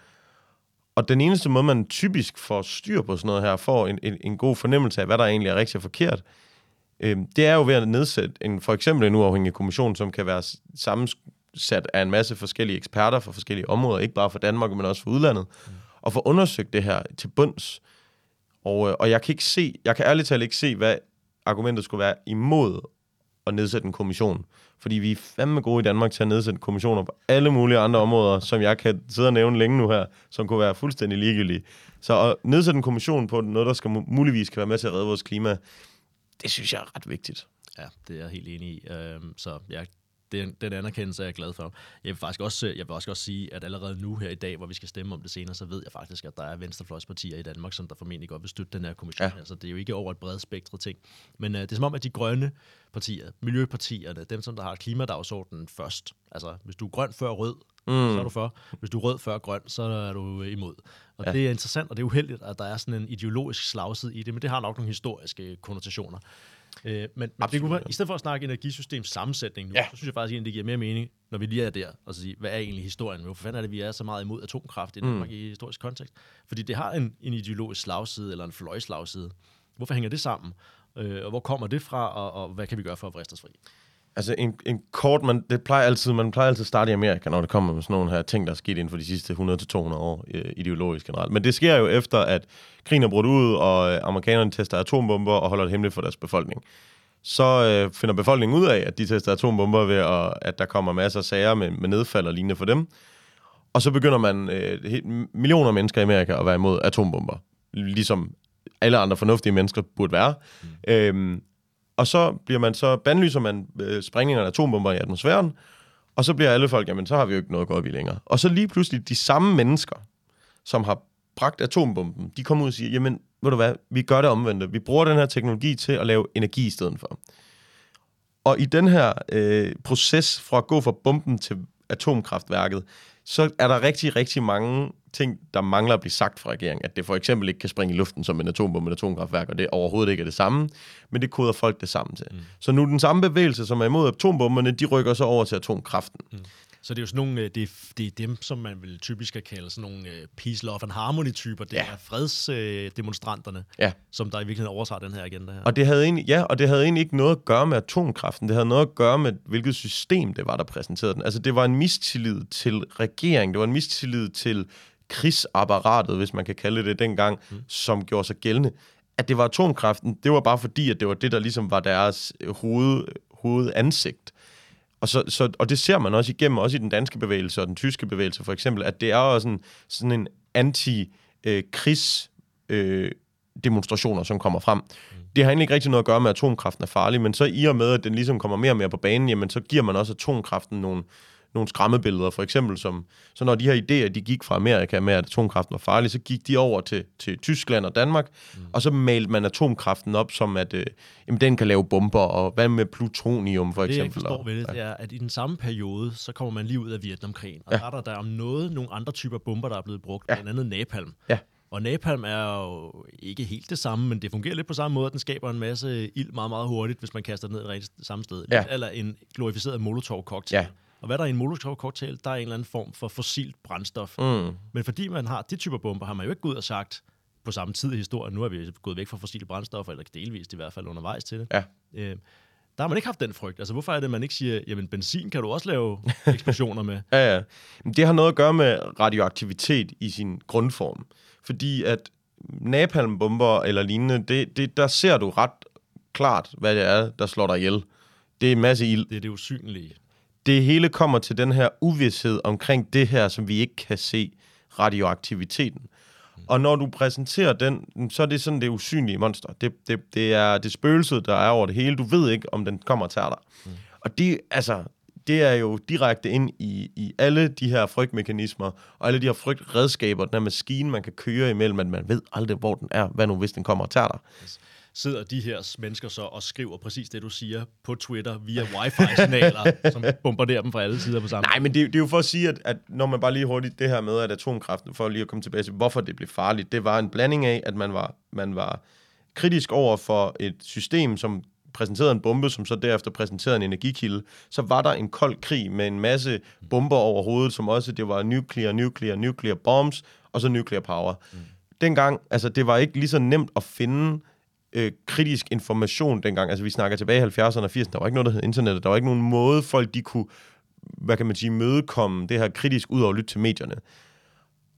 Og den eneste måde, man typisk får styr på sådan noget her, får en, en, en god fornemmelse af, hvad der egentlig er rigtig og forkert, øh, det er jo ved at nedsætte en, for eksempel en uafhængig kommission, som kan være sammensat af en masse forskellige eksperter fra forskellige områder, ikke bare fra Danmark, men også fra udlandet. Mm. og få undersøgt det her til bunds. Og, øh, og jeg kan ikke se, jeg kan ærligt talt ikke se, hvad argumentet skulle være imod at nedsætte en kommission. Fordi vi er fandme gode i Danmark til at nedsætte kommissioner på alle mulige andre områder, som jeg kan sidde og nævne længe nu her, som kunne være fuldstændig ligegyldige. Så at nedsætte en kommission på noget, der skal muligvis kan være med til at redde vores klima, det synes jeg er ret vigtigt. Ja, det er jeg helt enig i. Øhm, så ja, den, den anerkendelse er jeg glad for. Jeg vil faktisk også, jeg vil faktisk også sige, at allerede nu her i dag, hvor vi skal stemme om det senere, så ved jeg faktisk, at der er venstrefløjspartier i Danmark, som der formentlig godt vil støtte den her kommission. Ja. Altså, det er jo ikke over et bredt spektret ting. Men øh, det er som om, at de grønne partier, miljøpartierne, dem som der har klimadagsordenen først. Altså, hvis du er grøn før rød, mm. så er du for. Hvis du er rød før grøn, så er du imod. Og ja. Det er interessant, og det er uheldigt, at der er sådan en ideologisk slagside i det, men det har nok nogle historiske konnotationer. Øh, men men det kunne være, i stedet for at snakke energisystems sammensætning nu, ja. så synes jeg faktisk, at det giver mere mening, når vi lige er der, og så sige, hvad er egentlig historien? Hvorfor fanden er det, vi er så meget imod atomkraft i Danmark mm. i historisk kontekst? Fordi det har en, en ideologisk slagside, eller en fløjslagside. Hvorfor hænger det sammen? Øh, og hvor kommer det fra, og, og hvad kan vi gøre for at vriste os fri? Altså en, en kort, man, det plejer altid, man plejer altid at starte i Amerika, når det kommer med sådan nogle her ting, der er sket inden for de sidste hundrede til to hundrede år, øh, ideologisk generelt. Men det sker jo efter, at krigen er brudt ud, og øh, amerikanerne tester atombomber og holder det hemmeligt for deres befolkning. Så øh, finder befolkningen ud af, at de tester atombomber ved, at, at der kommer masser af sager med, med nedfald og lignende for dem. Og så begynder man, øh, millioner af mennesker i Amerika, at være imod atombomber. Ligesom alle andre fornuftige mennesker burde være. Mm. Øhm, Og så bliver man så bandlyser man øh, sprængninger af atombomber i atmosfæren, og så bliver alle folk, jamen så har vi jo ikke noget at gå op i længere. Og så lige pludselig de samme mennesker, som har bragt atombomben, de kommer ud og siger, jamen ved du hvad, vi gør det omvendte. Vi bruger den her teknologi til at lave energi i stedet for. Og i den her øh, proces fra at gå fra bomben til atomkraftværket, så er der rigtig, rigtig mange ting, der mangler at blive sagt fra regeringen. At det for eksempel ikke kan springe i luften som en atombombe med et atomkraftværk, og det overhovedet ikke er det samme, men det koder folk det samme til. Mm. Så nu den samme bevægelse, som er imod atombomberne, de rykker så over til atomkraften. Mm. Så det er jo sådan nogle, det er, det er dem, som man vil typisk kalde sådan nogle peace, love and harmony-typer. Det ja. er fredsdemonstranterne, ja. som der i virkeligheden overtager den her agenda her. Og det havde egentlig, ja, og det havde egentlig ikke noget at gøre med atomkraften. Det havde noget at gøre med, hvilket system det var, der præsenterede den. Altså, det var en mistillid til regeringen. Det var en mistillid til krigsapparatet, hvis man kan kalde det dengang, mm. som gjorde sig gældende. At det var atomkraften, det var bare fordi, at det var det, der ligesom var deres hoved, hovedansigt. Og, så, så, og det ser man også igennem, også i den danske bevægelse og den tyske bevægelse for eksempel, at det er også sådan, sådan en anti-krigs-demonstrationer, øh, som kommer frem. Mm. Det har egentlig ikke rigtig noget at gøre med, at atomkraften er farlig, men så i og med, at den ligesom kommer mere og mere på banen, jamen så giver man også atomkraften nogle, nogle skræmmebilleder, for eksempel som, så når de her idéer, de gik fra Amerika med, at atomkraften var farlig, så gik de over til, til Tyskland og Danmark, mm. og så malte man atomkraften op som, at øh, jamen, den kan lave bomber, og hvad med plutonium, for det, eksempel. Det, jeg forstår ved det, ja. det er, at i den samme periode, så kommer man lige ud af Vietnamkrigen, og ja. der er der, der om noget, nogle andre typer bomber, der er blevet brugt, ja. blandt andet napalm. Ja. Og napalm er jo ikke helt det samme, men det fungerer lidt på samme måde, at den skaber en masse ild meget, meget hurtigt, hvis man kaster den ned i rent samme sted. Ja. Eller en glorificeret molotov-cocktail. Ja. Og hvad der er i en molotov-cocktail, der er en eller anden form for fossilt brændstof. Mm. Men fordi man har de typer bomber, har man jo ikke gået og sagt på samme tid i historien, nu er vi gået væk fra fossile brændstoffer, eller delvist i hvert fald undervejs til det. Ja. Øh, der har man ikke haft den frygt. Altså, hvorfor er det, man ikke siger, jamen, benzin kan du også lave eksplosioner med? ja, ja. Det har noget at gøre med radioaktivitet i sin grundform. Fordi at napalmbomber eller lignende, det, det, der ser du ret klart, hvad det er, der slår dig ihjel. Det er en masse ild. Det er det usynlige. Det hele kommer til den her uvished omkring det her, som vi ikke kan se, radioaktiviteten. Mm. Og når du præsenterer den, så er det sådan det usynlige monster. Det, det, det er det spøgelset, der er over det hele. Du ved ikke, om den kommer og tager dig. Mm. Og det, altså, det er jo direkte ind i, i alle de her frygtmekanismer, og alle de her frygtredskaber, den her maskine, man kan køre imellem, at man ved aldrig, hvor den er, hvad nu hvis den kommer og tager dig. Yes. Sidder de her mennesker så og skriver præcis det, du siger på Twitter via wifi-signaler, som bombarderer dem fra alle sider på samme. Nej, men det, det er jo for at sige, at, at når man bare lige hurtigt det her med, at atomkraften, for lige at komme tilbage til, hvorfor det blev farligt, det var en blanding af, at man var, man var kritisk over for et system, som præsenterede en bombe, som så derefter præsenterede en energikilde. Så var der en kold krig med en masse bomber over hovedet, som også, det var nuclear, nuclear, nuclear bombs, og så nuclear power. Mm. Dengang, altså det var ikke lige så nemt at finde Øh, kritisk information dengang. Altså vi snakker tilbage i halvfjerdserne og firserne. Der var ikke noget, der hed internet. Der var ikke nogen måde, folk de kunne, hvad kan man sige, mødekomme det her kritisk ud over at lytte til medierne. Og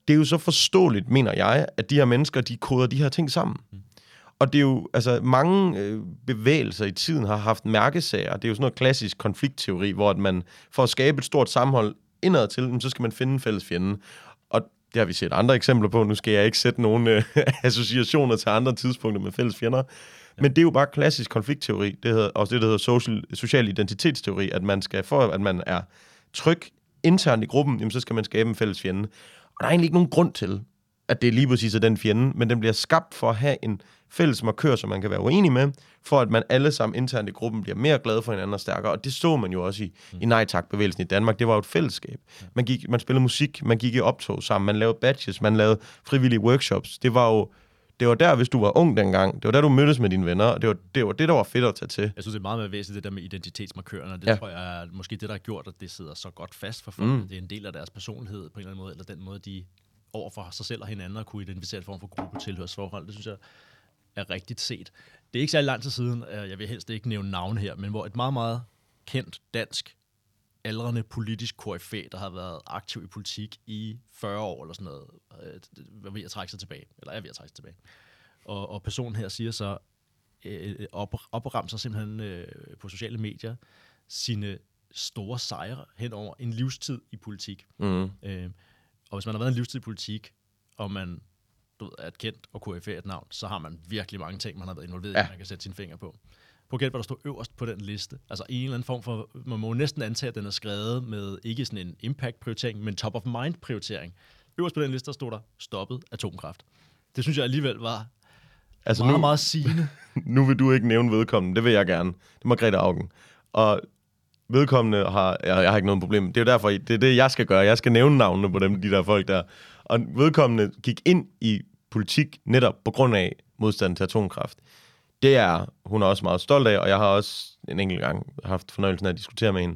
det er jo så forståeligt, mener jeg, at de her mennesker, de koder de her ting sammen. Mm. Og det er jo, altså mange øh, bevægelser i tiden har haft mærkesager. Det er jo sådan noget klassisk konfliktteori, hvor at man for at skabe et stort sammenhold indad til, så skal man finde en fælles fjende. Og det har vi set andre eksempler på. Nu skal jeg ikke sætte nogen øh, associationer til andre tidspunkter med fælles fjender. Ja. Men det er jo bare klassisk konfliktteori. Det hedder også det, der hedder social, social identitetsteori, at man skal, for at man er tryg internt i gruppen, jamen, så skal man skabe en fælles fjende. Og der er egentlig ikke nogen grund til, at det er lige præcis den fjende, men den bliver skabt for at have en fælles markør, som man kan være uenig med, for at man alle sammen internt i gruppen bliver mere glade for hinanden og stærkere. Og det så man jo også i, mm. i Nej Tak-bevægelsen i Danmark. Det var jo et fællesskab. Man, gik, man spillede musik, man gik i optog sammen, man lavede badges, man lavede frivillige workshops. Det var jo det var der, hvis du var ung dengang, det var der, du mødtes med dine venner, og det var det, var det der var fedt at tage til. Jeg synes, det er meget mere væsentligt, det der med identitetsmarkørerne. Det ja. tror jeg er måske det, der har gjort, at det sidder så godt fast for folk. Mm. Det er en del af deres personlighed på en eller anden måde, eller den måde, de over for sig selv og hinanden at kunne identificere en form for gruppetilhørsforhold. Det synes jeg er rigtigt set. Det er ikke særlig lang tid siden, jeg vil helst ikke nævne navn her, men hvor et meget, meget kendt dansk aldrende politisk koryfæ, der har været aktiv i politik i fyrre år eller sådan noget, var ved at trække sig tilbage, eller er ved at trække sig tilbage. Og, og personen her siger så, øh, op, opremser simpelthen øh, på sociale medier sine store sejre hen over en livstid i politik. Mm. Øh, og hvis man har været en livstid i politik, og man du ved, er et kendt og koryfæ et navn, så har man virkelig mange ting, man har været involveret i, ja. man kan sætte sine fingre på. På gæld, hvad der står øverst på den liste. Altså en eller anden form for, man må næsten antage, at den er skrevet med ikke sådan en impact-prioritering, men top-of-mind-prioritering. Øverst på den liste, der stod der, stoppet atomkraft. Det synes jeg alligevel var altså meget, nu, meget sigende. Nu vil du ikke nævne vedkommende, det vil jeg gerne. Det må Grete Auken. Og vedkommende har, jeg, jeg har ikke noget problem. Det er jo derfor, det er det, jeg skal gøre. Jeg skal nævne navnene på dem, de der folk der. Og vedkommende gik ind i politik netop på grund af modstanden til atomkraft. Det er hun er også meget stolt af, og jeg har også en enkelt gang haft fornøjelsen af at diskutere med hende.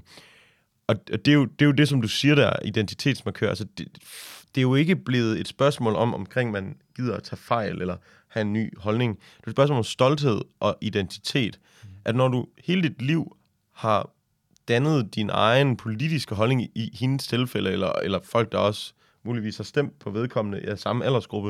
Og det er jo det, er jo det som du siger der, identitetsmarkør. Altså, det, det er jo ikke blevet et spørgsmål om, omkring man gider at tage fejl, eller have en ny holdning. Det er et spørgsmål om stolthed og identitet. Mm. At når du hele dit liv har dannet din egen politiske holdning i, i hendes tilfælde, eller, eller folk, der også muligvis har stemt på vedkommende i samme aldersgruppe,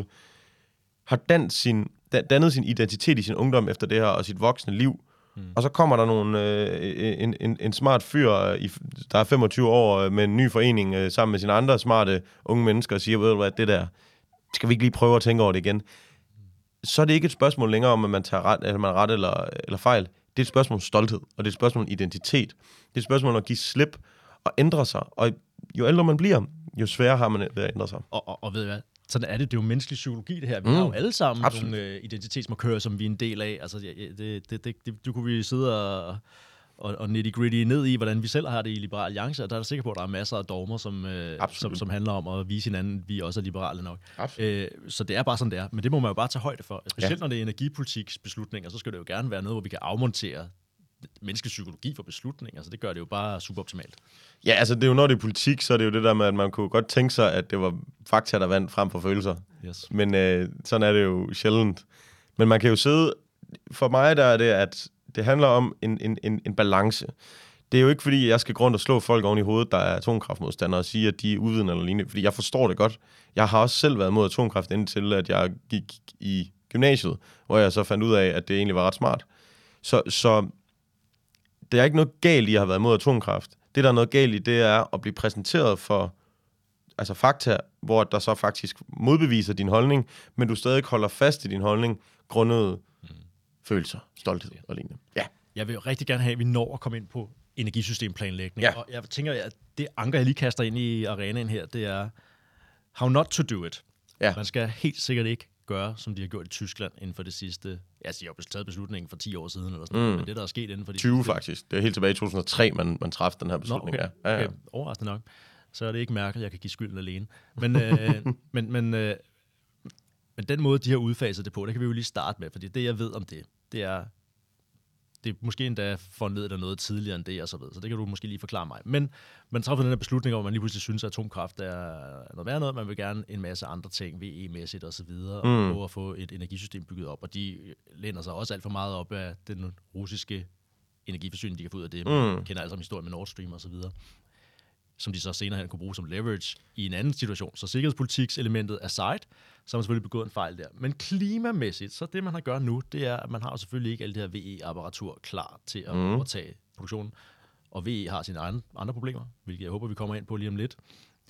har dannet sin, dannet sin identitet i sin ungdom efter det her, og sit voksne liv. Mm. Og så kommer der nogle, øh, en, en, en smart fyr, i, der er femogtyve år, med en ny forening, øh, sammen med sine andre smarte unge mennesker, og siger, ved du hvad, det der, skal vi ikke lige prøve at tænke over det igen? Så er det ikke et spørgsmål længere om, at man tager ret, eller man ret eller, eller fejl. Det er et spørgsmål om stolthed, og det er et spørgsmål om identitet. Det er et spørgsmål om at give slip og ændre sig. Og jo ældre man bliver, jo sværere har man ved at ændre sig. Og, og, og ved du hvad? Sådan er det. Det er jo menneskelig psykologi, det her. Vi mm. har jo alle sammen Absolut. nogle uh, identitetsmarkører, som vi er en del af. Altså, det, det, det, det, det kunne vi sidde og, og, og nitty-gritty ned i, hvordan vi selv har det i Liberal Alliance. Og der er der sikker på, at der er masser af dogmer, som, uh, som, som handler om at vise hinanden, at vi også er liberale nok. Uh, så det er bare sådan, det er. Men det må man jo bare tage højde for. Specielt ja. når det er energipolitiks beslutninger, så skal det jo gerne være noget, hvor vi kan afmontere menneskelig psykologi for beslutninger, altså det gør det jo bare super optimalt. Ja, altså det er jo, når det er politik, så er det jo det der med, at man kunne godt tænke sig, at det var fakta, der vandt frem for følelser. Yes. Men øh, sådan er det jo sjældent. Men man kan jo sidde, for mig der er det, at det handler om en, en, en, en balance. Det er jo ikke fordi, jeg skal gå rundt og slå folk oven i hovedet, der er atomkraftmodstandere, og sige, at de er uvidende eller lignende, fordi jeg forstår det godt. Jeg har også selv været mod atomkraft, indtil at jeg gik i gymnasiet, hvor jeg så fandt ud af, at det egentlig var ret smart. Så, så der er ikke noget galt i at have været imod atomkraft. Det, der er noget galt i, det er at blive præsenteret for altså fakta, hvor der så faktisk modbeviser din holdning, men du stadig holder fast i din holdning, grundet mm. følelser, stolthed og lignende. Ja. Jeg vil jo rigtig gerne have, at vi når at komme ind på energisystemplanlægning. Ja. Og jeg tænker, at det anker, jeg lige kaster ind i arenaen her, det er how not to do it. Ja. Man skal helt sikkert ikke gøre, som de har gjort i Tyskland inden for det sidste. Altså, de har jo taget beslutningen for ti år siden, eller sådan mm. men det, der er sket inden for de tyve sidste... faktisk. Det er helt tilbage i to tusind og tre, man, man træffede den her beslutning. Nå, okay. Ja, ja, ja. Okay. Overraskende nok. Så er det ikke Merkel, jeg kan give skylden alene. Men, øh, men, men, øh, men den måde, de har udfaset det på, det kan vi jo lige starte med, fordi det, jeg ved om det, det er, det er måske endda foranledet af noget tidligere end det, og så videre. Så det kan du måske lige forklare mig. Men man træffer den her beslutning om, at man lige pludselig synes, at atomkraft er noget værd noget. Man vil gerne en masse andre ting, V E-mæssigt og så videre, mm. og prøve at få et energisystem bygget op. Og de læner sig også alt for meget op af den russiske energiforsyning, de kan få ud af det. Man mm. kender alle sammen historien med Nord Stream og så videre. som de så senere hen kunne bruge som leverage i en anden situation. Så sikkerhedspolitikselementet aside, så har man selvfølgelig begået en fejl der. Men klimamæssigt, så det man har gjort nu, det er, at man har jo selvfølgelig ikke alle det her V E-apparatur klar til at mm. overtage produktionen. Og V E har sine egne, andre problemer, hvilket jeg håber, vi kommer ind på lige om lidt.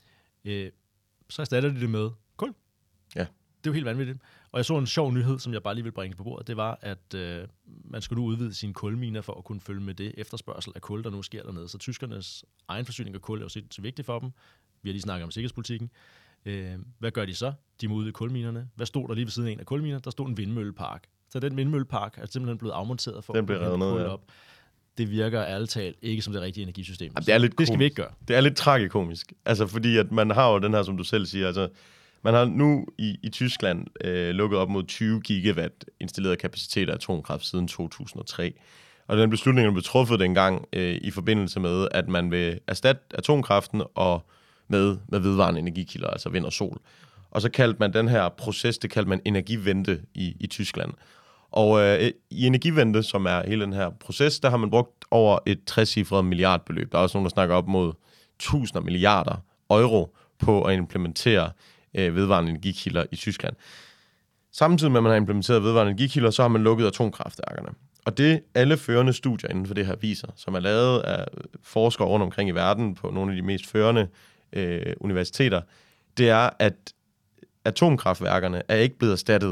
Øh, så erstatter de det med kul. Ja. Det er jo helt vanvittigt. Og jeg så en sjov nyhed, som jeg bare lige vil bringe på bordet. Det var, at øh, man skulle nu udvide sine kulminer for at kunne følge med det efterspørgsel af kul, der nu sker dernede. Så tyskernes egen forsyning af kul er jo så vigtigt for dem. Vi har lige snakket om sikkerhedspolitikken. Øh, hvad gør de så? De må udvide kulminerne. Hvad stod der lige ved siden af en af kulminerne? Der stod en vindmøllepark. Så den vindmøllepark er simpelthen blevet afmonteret for den at kunne kul op. Det virker ærligt talt ikke som det rigtige energisystem. Jamen, det er lidt det skal vi ikke gøre. Det er lidt tragikomisk. Altså, fordi at man har jo den her, som du selv siger, altså, man har nu i, i Tyskland øh, lukket op mod tyve gigawatt installeret kapacitet af atomkraft siden to tusind og tre. Og den beslutning blev truffet dengang øh, i forbindelse med, at man vil erstatte atomkraften og med, med vedvarende energikilder, altså vind og sol. Og så kaldte man den her proces, det kaldte man energivente i, i Tyskland. Og øh, i energivente, som er hele den her proces, der har man brugt over et trecifret milliardbeløb. Der er også nogen, der snakker op mod tusinder milliarder euro på at implementere øh, vedvarende energikilder i Tyskland. Samtidig med, at man har implementeret vedvarende energikilder, så har man lukket atomkraftværkerne. Og det alle førende studier inden for det her viser, som er lavet af forskere rundt omkring i verden på nogle af de mest førende øh, universiteter, det er, at atomkraftværkerne er ikke blevet erstattet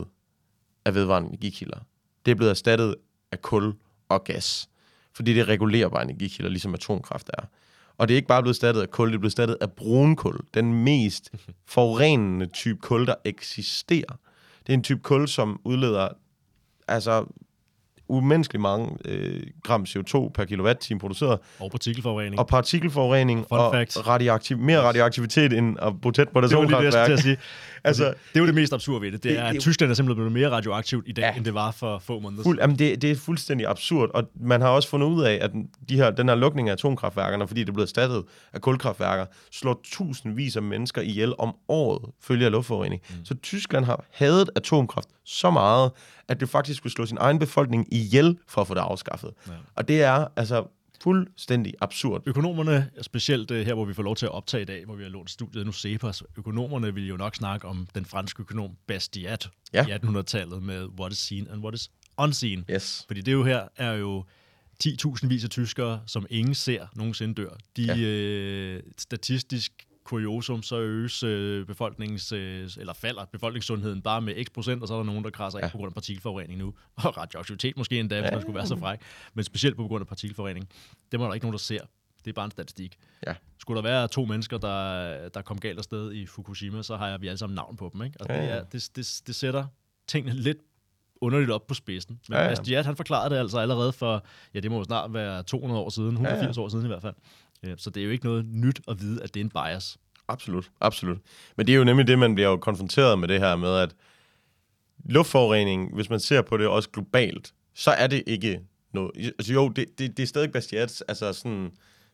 af vedvarende energikilder. Det er blevet erstattet af kul og gas. Fordi det er regulerbare energikilder, ligesom atomkraft er. Og det er ikke bare blevet erstattet af kul, det er blevet erstattet af brunkul. Den mest forurenende type kul, der eksisterer. Det er en type kul, som udleder altså umenneskeligt mange øh, gram C O to per kilowatt-time produceret. Og partikelforurening. Og partikelforurening. Fun og radioaktiv- mere radioaktivitet end at bo tæt på det Det var lige det, jeg atomkraftværk. skulle til at sige. Altså, det er jo det mest absurde ved det. Det er, at det- Tyskland er simpelthen blevet mere radioaktivt i dag, Ja. end det var for få måneder Fuld, siden. jamen det, det er fuldstændig absurd, og man har også fundet ud af, at de her, den her lukning af atomkraftværkerne, fordi det er blevet erstattet af kulkraftværker, slår tusindvis af mennesker ihjel om året, følge af luftforurening. Mm. Så Tyskland har hadet atomkraft så meget, at det faktisk skulle slå sin egen befolkning ihjel for at få det afskaffet. Ja. Og det er altså fuldstændig absurd. Økonomerne, specielt her, hvor vi får lov til at optage i dag, hvor vi har lånt studiet nu Cepos, økonomerne vil jo nok snakke om den franske økonom Bastiat Ja. i attenhundredetallet med what is seen and what is unseen. Yes. Fordi det er jo her er jo ti tusind vis af tyskere, som ingen ser nogensinde dør. De Ja. øh, statistisk kuriosum, så øges øh, befolkningens, øh, eller falder befolkningssundheden bare med x procent, og så er der nogen, der krasser ja. af på grund af partikelforurening nu. Og radioaktivitet måske endda, hvis ja. man skulle være så fræk. Men specielt på grund af partikelforurening. Det må der ikke nogen, der ser. Det er bare en statistik. Ja. Skulle der være to mennesker, der, der kom galt afsted i Fukushima, så har vi alle sammen navn på dem. Ikke? Og ja, ja. Det, er, det, det, det sætter tingene lidt underligt op på spidsen. Men Ja, ja. Bastiat, han forklarede det altså allerede for, ja, det må jo snart være to hundrede år siden, et hundrede og firs ja, ja. år siden i hvert fald. Så det er jo ikke noget nyt at vide, at det er en bias. Absolut, absolut. Men det er jo nemlig det, man bliver jo konfronteret med det her med, at luftforurening, hvis man ser på det også globalt, så er det ikke noget. Altså jo, det, det, det er stadig Bastiats, altså sådan,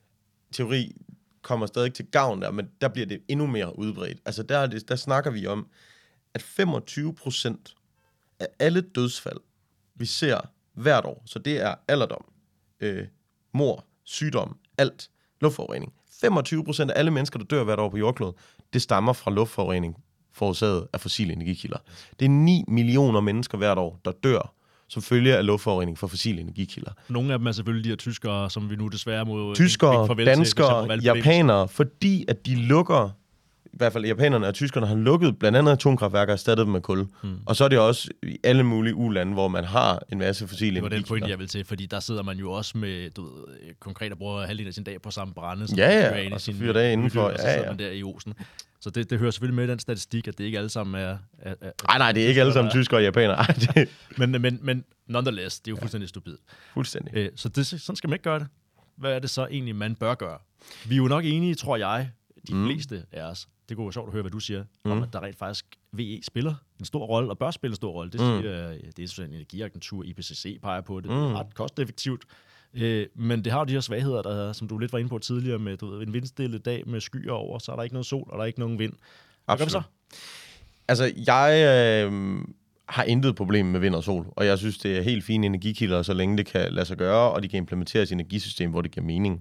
teori kommer stadig til gavn der, men der bliver det endnu mere udbredt. Altså der, det, der snakker vi om, at femogtyve procent af alle dødsfald, vi ser hvert år, så det er alderdom, øh, mor, sygdom, alt, luftforurening. femogtyve procent af alle mennesker, der dør hvert år på jordkloden, det stammer fra luftforurening forårsaget af fossile energikilder. Det er ni millioner mennesker hvert år, der dør som følge af luftforurening fra fossile energikilder. Nogle af dem er selvfølgelig de her tyskere, som vi nu desværre må... Tyskere, danskere, japanere, fordi at de lukker, i hvert fald japanerne og tyskerne har lukket blandt andet atomkraftværker og erstattet dem med kul. Hmm. Og så er det også i alle mulige u-lande, hvor man har en masse fossile energikilder. Det var den pointe, jeg vil til, fordi der sidder man jo også med, du ved, konkret at bruge halvdelen af sin dag på samme brænde. Ja, ja, og så fyrer det indenfor. Og så sidder man der i osen. Så det, det hører selvfølgelig med i den statistik, at det ikke alle sammen er... er, er nej, nej, det er ikke alle sammen tyskere og japanere. Ej, det... men, men, men nonetheless, det er jo fuldstændig stupid. Fuldstændig. Æ, så det, sådan skal man ikke gøre det. Hvad er det så egentlig, man bør gøre? Vi er jo nok enige, tror jeg, de mm. fleste af os. Det kunne være sjovt at høre, hvad du siger, mm. om at der rent faktisk V E spiller en stor rolle, og bør spille en stor rolle. Det siger mm. det er sådan en energiagentur, I P C C peger på det. Det er mm. ret kosteffektivt. Øh, men det har jo de her svagheder, der, som du lidt var inde på tidligere, med du ved, en vindstille dag med skyer over, så er der ikke noget sol, og der er ikke nogen vind. Hvad gør vi så? Altså, jeg øh, har intet problem med vind og sol, og jeg synes, det er helt fine energikilder, så længe det kan lade sig gøre, og de kan implementeres i et energisystem, hvor det giver mening.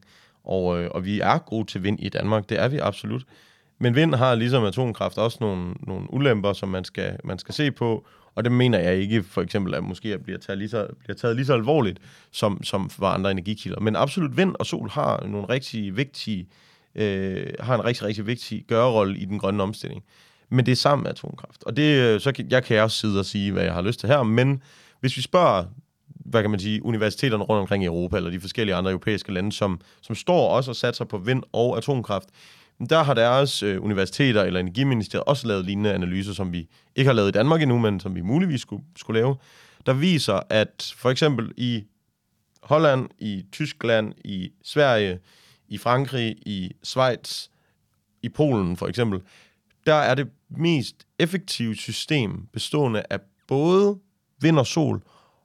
og, øh, og vi er gode til vind i Danmark, det er vi absolut. Men vind har ligesom atomkraft også nogle, nogle ulemper, som man skal, man skal se på, og det mener jeg ikke for eksempel, at måske bliver taget lige så, bliver taget lige så alvorligt, som, som for andre energikilder. Men absolut vind og sol har nogle rigtig vigtige, øh, har en rigtig, rigtig vigtig gørerolle i den grønne omstilling. Men det er sammen med atomkraft. Og det, så kan, jeg kan også sidde og sige, hvad jeg har lyst til her, men hvis vi spørger, hvad kan man sige, universiteterne rundt omkring i Europa, eller de forskellige andre europæiske lande, som, som står også og satser på vind og atomkraft, der har deres øh, universiteter eller energiministeriet også lavet lignende analyser, som vi ikke har lavet i Danmark endnu, men som vi muligvis skulle, skulle lave, der viser, at for eksempel i Holland, i Tyskland, i Sverige, i Frankrig, i Schweiz, i Polen for eksempel, der er det mest effektive system bestående af både vind og sol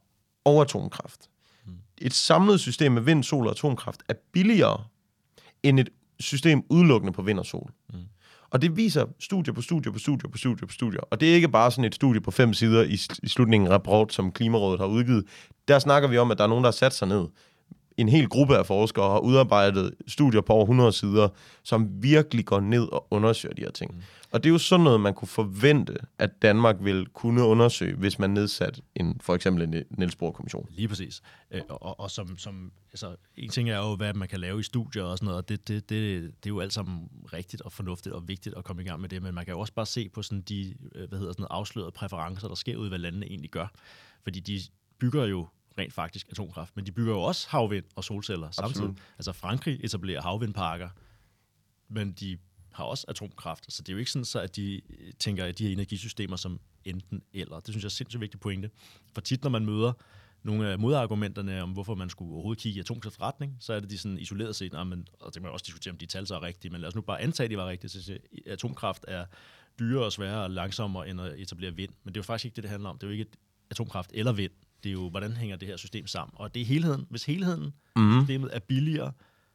og atomkraft. Mm. Et samlet system med vind, sol og atomkraft er billigere end et system udelukkende på vind og sol. Mm. Og det viser studier på studier på studier på studier på studier. Og det er ikke bare sådan et studie på fem sider i, i slutningen af rapport, som Klimarådet har udgivet. Der snakker vi om, at der er nogen, der har sat sig ned. En hel gruppe af forskere har udarbejdet studier på over hundrede sider, som virkelig går ned og undersøger de her ting. Mm. Og det er jo sådan noget, man kunne forvente, at Danmark ville kunne undersøge, hvis man nedsatte en, for eksempel en Niels Bohr-kommission. Lige præcis. Øh, og, og som, som, altså, en ting er jo, hvad man kan lave i studier og sådan noget, og det, det, det, det er jo alt sammen rigtigt og fornuftigt og vigtigt at komme i gang med det, men man kan jo også bare se på sådan de hvad hedder sådan noget, afslørede præferencer, der sker ud, hvad landene egentlig gør. Fordi de bygger jo rent faktisk atomkraft, men de bygger jo også havvind og solceller samtidig. Absolut. Altså Frankrig etablerer havvindparker, men de har også atomkraft, så det er jo ikke sådan, så at de tænker, at de her energisystemer som enten eller. Det synes jeg er sindssygt vigtigt pointe. For tit, når man møder nogle af modargumenterne om, hvorfor man skulle overhovedet kigge i atomkraftretning, så er det de sådan isoleret set, og det kan man også diskutere, om de tal så er rigtige, men lad os nu bare antage, at de var rigtige. Så atomkraft er dyrere og sværere og langsommere end at etablere vind, men det er jo faktisk ikke det, det handler om. Det er jo ikke atomkraft eller vind. Det er jo, hvordan hænger det her system sammen. Og det er helheden. Hvis helheden, mm-hmm. systemet er billigere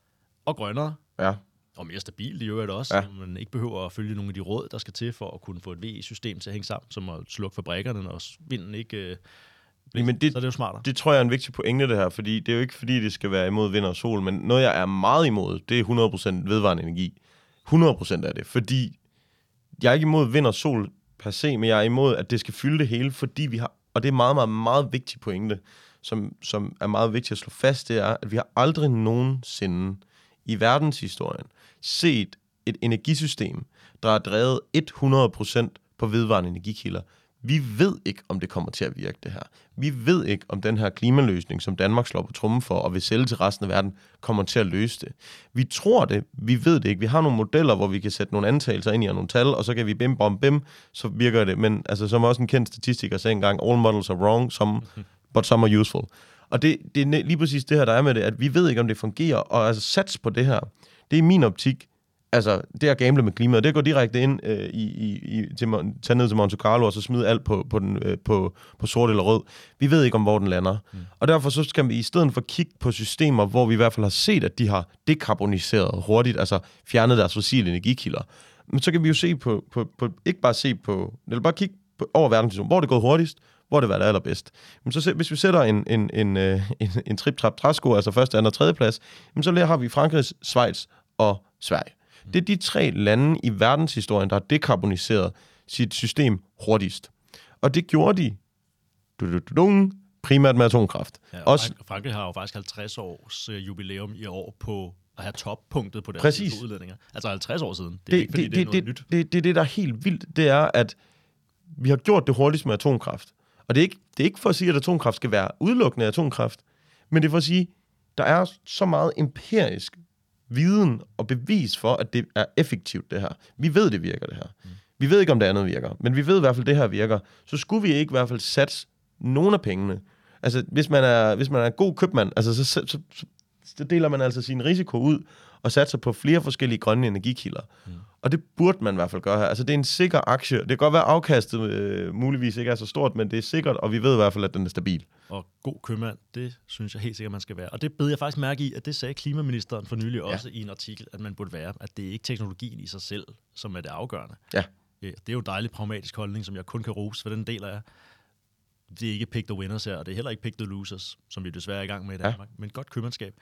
og grønnere, ja. Og mere stabilt i øvrigt også, ja. Man ikke behøver at følge nogle af de råd, der skal til for at kunne få et V E-system til at hænge sammen, som at slukke fabrikkerne, når vinden ikke øh, bliver, men det, så er det jo smartere. Det tror jeg er en vigtig pointe, det her, fordi det er jo ikke, fordi det skal være imod vind og sol, men noget, jeg er meget imod, det er hundrede procent vedvarende energi. hundrede procent af det, fordi jeg er ikke imod vind og sol per se, men jeg er imod, at det skal fylde det hele, fordi vi har, og det er meget, meget, meget vigtig pointe, som, som er meget vigtigt at slå fast, det er, at vi har aldrig nogensinde i verdenshistorien set et energisystem, der er drevet hundrede procent på vedvarende energikilder. Vi ved ikke, om det kommer til at virke, det her. Vi ved ikke, om den her klimaløsning, som Danmark slår på trommen for og vil sælge til resten af verden, kommer til at løse det. Vi tror det, vi ved det ikke. Vi har nogle modeller, hvor vi kan sætte nogle antagelser ind i nogle tal, og så kan vi bim, bom, bim, så virker det. Men altså, som også en kendt statistiker sagde engang, all models are wrong, some, but some are useful. Og det, det er lige præcis det her, der er med det, at vi ved ikke, om det fungerer, og altså sats på det her, det er i min optik, altså det at gamble med klimaet, det går direkte ind øh, i, i, i, til, tage ned til Monte Carlo, og så smide alt på, på, den, øh, på, på sort eller rød. Vi ved ikke, om hvor den lander. Mm. Og derfor så skal vi i stedet for kigge på systemer, hvor vi i hvert fald har set, at de har dekarboniseret hurtigt, altså fjernet deres fossile energikilder. Men så kan vi jo se på, på, på ikke bare se på, eller bare kigge på, over verdenssituationen, hvor det er gået hurtigst, hvor det var det allerbedst. Men så hvis vi sætter en, en, en, en, en trip-trap-træsko, altså første, anden og tredje plads, så har vi Frankrig, Schweiz og Sverige. Det er de tre lande i verdenshistorien, der har dekarboniseret sit system hurtigst. Og det gjorde de du, du, du, primært med atomkraft. Ja, Også, Frankrig har jo faktisk halvtreds års uh, jubilæum i år på at have toppunktet på deres udledninger. Altså halvtreds år siden. Det er det, ikke, fordi det, det er noget det, nyt. Det er det, det, der er helt vildt. Det er, at vi har gjort det hurtigst med atomkraft. Og det er, ikke, det er ikke for at sige, at atomkraft skal være udelukkende atomkraft, men det er for at sige, at der er så meget empirisk viden og bevis for, at det er effektivt, det her. Vi ved, det virker, det her. Mm. Vi ved ikke, om det andet virker, men vi ved i hvert fald, det her virker. Så skulle vi ikke i hvert fald satse nogle af pengene. Altså, hvis man er, hvis man er en god købmand, altså, så, så, så, så deler man altså sin risiko ud og satser på flere forskellige grønne energikilder. Mm. Og det burde man i hvert fald gøre her. Altså, det er en sikker aktie. Det kan godt være, afkastet øh, muligvis ikke er så stort, men det er sikkert, og vi ved i hvert fald, at den er stabil. Og god købmand, det synes jeg helt sikkert, man skal være. Og det bed jeg faktisk mærke i, at det sagde klimaministeren for nylig også ja. i en artikel, at man burde være, at det er ikke teknologien i sig selv, som er det afgørende. Ja. Det er jo en dejlig pragmatisk holdning, som jeg kun kan rose, for den deler jeg. Det er ikke pick the winners her, og det er heller ikke pick the losers, som vi desværre er i gang med i Danmark, ja. men godt købmandskab.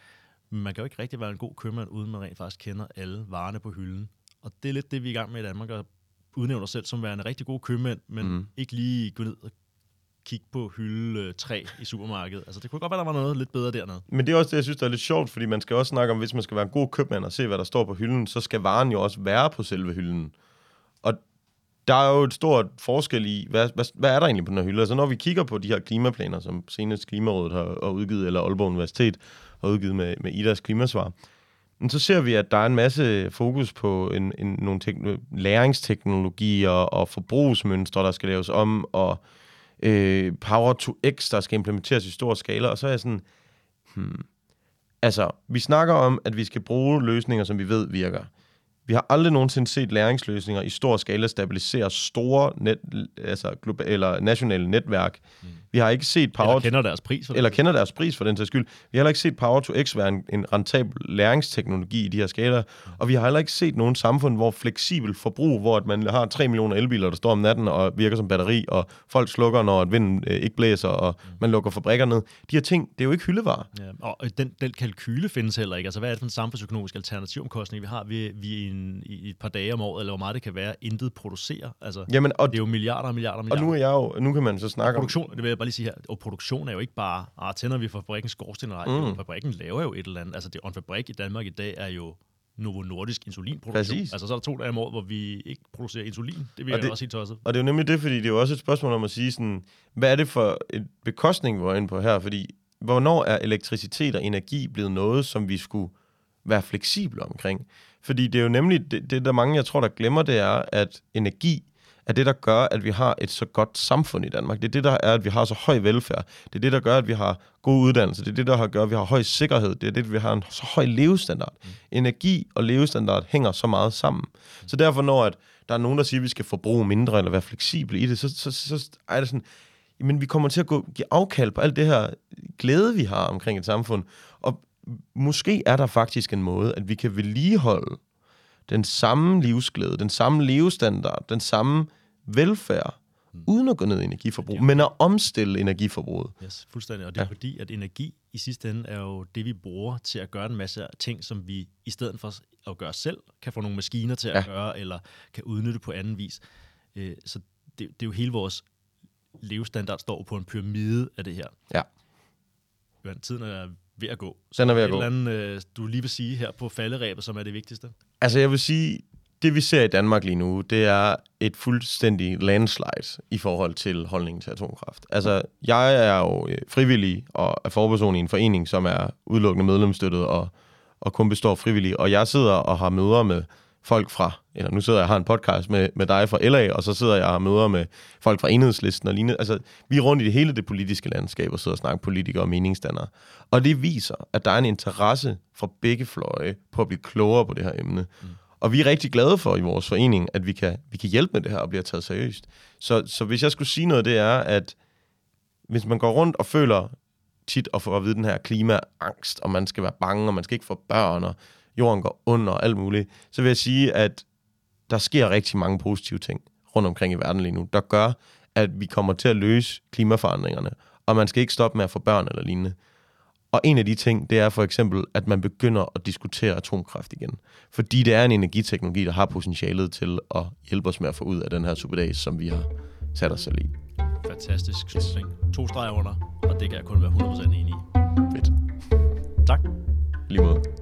Men man kan jo ikke rigtig være en god købmand, uden man rent faktisk kender alle varerne på hylden. Og det er lidt det, vi er i gang med i Danmark, at udnævne os selv som værende rigtig gode købmænd, men mm. ikke lige gå ned og kigge på hylde tre i supermarkedet. Altså, det kunne godt være, der var noget lidt bedre dernede. Men det er også det, jeg synes, der er lidt sjovt, fordi man skal også snakke om, hvis man skal være en god købmand og se, hvad der står på hylden, så skal varen jo også være på selve hylden. Og der er jo et stort forskel i, hvad, hvad, hvad er der egentlig på den her hylde? Altså, når vi kigger på de her klimaplaner, som senest Klimarådet har, har udgivet, eller Aalborg Universitet har udgivet med, med I D A's klimasvar, så ser vi, at der er en masse fokus på en, en, nogle tekn- læringsteknologier og forbrugsmønstre, der skal laves om, og øh, Power to X, der skal implementeres i stor skala, og så er jeg sådan, hmm, altså, vi snakker om, at vi skal bruge løsninger, som vi ved virker. Vi har aldrig nogensinde set læringsløsninger i stor skala stabilisere store net, altså global, eller nationale netværk. Mm. Vi har ikke set Power eller kender deres pris for eller kender deres pris for den sags skyld. Vi har heller ikke set Power to X være en, en rentabel læringsteknologi i de her skalaer, mm. og vi har heller ikke set nogen samfund, hvor fleksibel forbrug, hvor at man har tre millioner elbiler, der står om natten og virker som batteri, og folk slukker, når at vinden øh, ikke blæser, og mm. man lukker fabrikker ned. De her ting, det er jo ikke hyldevarer. Ja, og den, den kalkyle findes heller ikke. Altså, hvad er det for en samfundsøkonomisk alternativomkostning, vi har? Vi, vi er en, i et par dage om året, eller hvor meget det kan være, intet producerer. Altså, Jamen, og, det er jo milliarder og milliarder og milliarder. Og nu er jeg jo, nu kan man så snakke produktion, om... det vil jeg bare lige sige her, og produktion er jo ikke bare, ah, tænder vi fabrikkens skorsten eller ej. Mm. Fabrikken laver jo et eller andet. Altså, det, en fabrik i Danmark i dag er jo Novo Nordisk insulinproduktion. Præcis. Altså, så er der to dage om året, hvor vi ikke producerer insulin. Det vil jeg også helt tosset. Og det er jo nemlig det, fordi det er jo også et spørgsmål om at sige sådan, hvad er det for et bekostning, vi er inde på her? Fordi, hvornår er elektricitet og energi blevet noget, som vi skulle være fleksible omkring? Fordi det er jo nemlig, det, det der mange, jeg tror, der glemmer, det er, at energi er det, der gør, at vi har et så godt samfund i Danmark. Det er det, der er, at vi har så høj velfærd. Det er det, der gør, at vi har god uddannelse. Det er det, der gør, at vi har høj sikkerhed. Det er det, at vi har en så høj levestandard. Mm. Energi og levestandard hænger så meget sammen. Mm. Så derfor, når at der er nogen, der siger, at vi skal forbruge mindre eller være fleksible i det, så, så, så, så er det sådan, men vi kommer til at gå, give afkald på alt det her glæde, vi har omkring et samfund. Og måske er der faktisk en måde, at vi kan vedligeholde den samme livsglæde, den samme levestandard, den samme velfærd, mm. uden at gå ned i energiforbrug, ja, men at omstille energiforbruget. Yes, fuldstændig. Og det er ja. fordi, at energi i sidste ende er jo det, vi bruger til at gøre en masse ting, som vi i stedet for at gøre selv, kan få nogle maskiner til at ja. gøre, eller kan udnytte på anden vis. Så det, det er jo hele vores levestandard står på en pyramide af det her. Ja. Tiden er ved at gå. Så den er ved at gå. gå. Andet, du lige vil sige her på falderæbet, som er det vigtigste? Altså jeg vil sige, det vi ser i Danmark lige nu, det er et fuldstændig landslide i forhold til holdningen til atomkraft. Altså jeg er jo frivillig og er forperson i en forening, som er udelukkende medlemsstøttet og, og kun består frivillig. Og jeg sidder og har møder med folk fra, eller nu sidder jeg og har en podcast med, med dig fra L A, og så sidder jeg og har møder med folk fra Enhedslisten og lignende. Altså, vi er rundt i det hele det politiske landskab og sidder og snakker politikere og meningsdannere. Og det viser, at der er en interesse fra begge fløje på at blive klogere på det her emne. Mm. Og vi er rigtig glade for i vores forening, at vi kan, vi kan hjælpe med det her og blive taget seriøst. Så, så hvis jeg skulle sige noget, det er, at hvis man går rundt og føler tit at få at vide den her klimaangst, og man skal være bange, og man skal ikke få børn, og jorden går under og alt muligt, så vil jeg sige, at der sker rigtig mange positive ting rundt omkring i verden lige nu, der gør, at vi kommer til at løse klimaforandringerne, og man skal ikke stoppe med at få børn eller lignende. Og en af de ting, det er for eksempel, at man begynder at diskutere atomkraft igen. Fordi det er en energiteknologi, der har potentialet til at hjælpe os med at få ud af den her superdags, som vi har sat os selv i. Fantastisk slutning. To streger under, og det kan jeg kun være hundrede procent enig i. Fedt. Tak. Lige måde.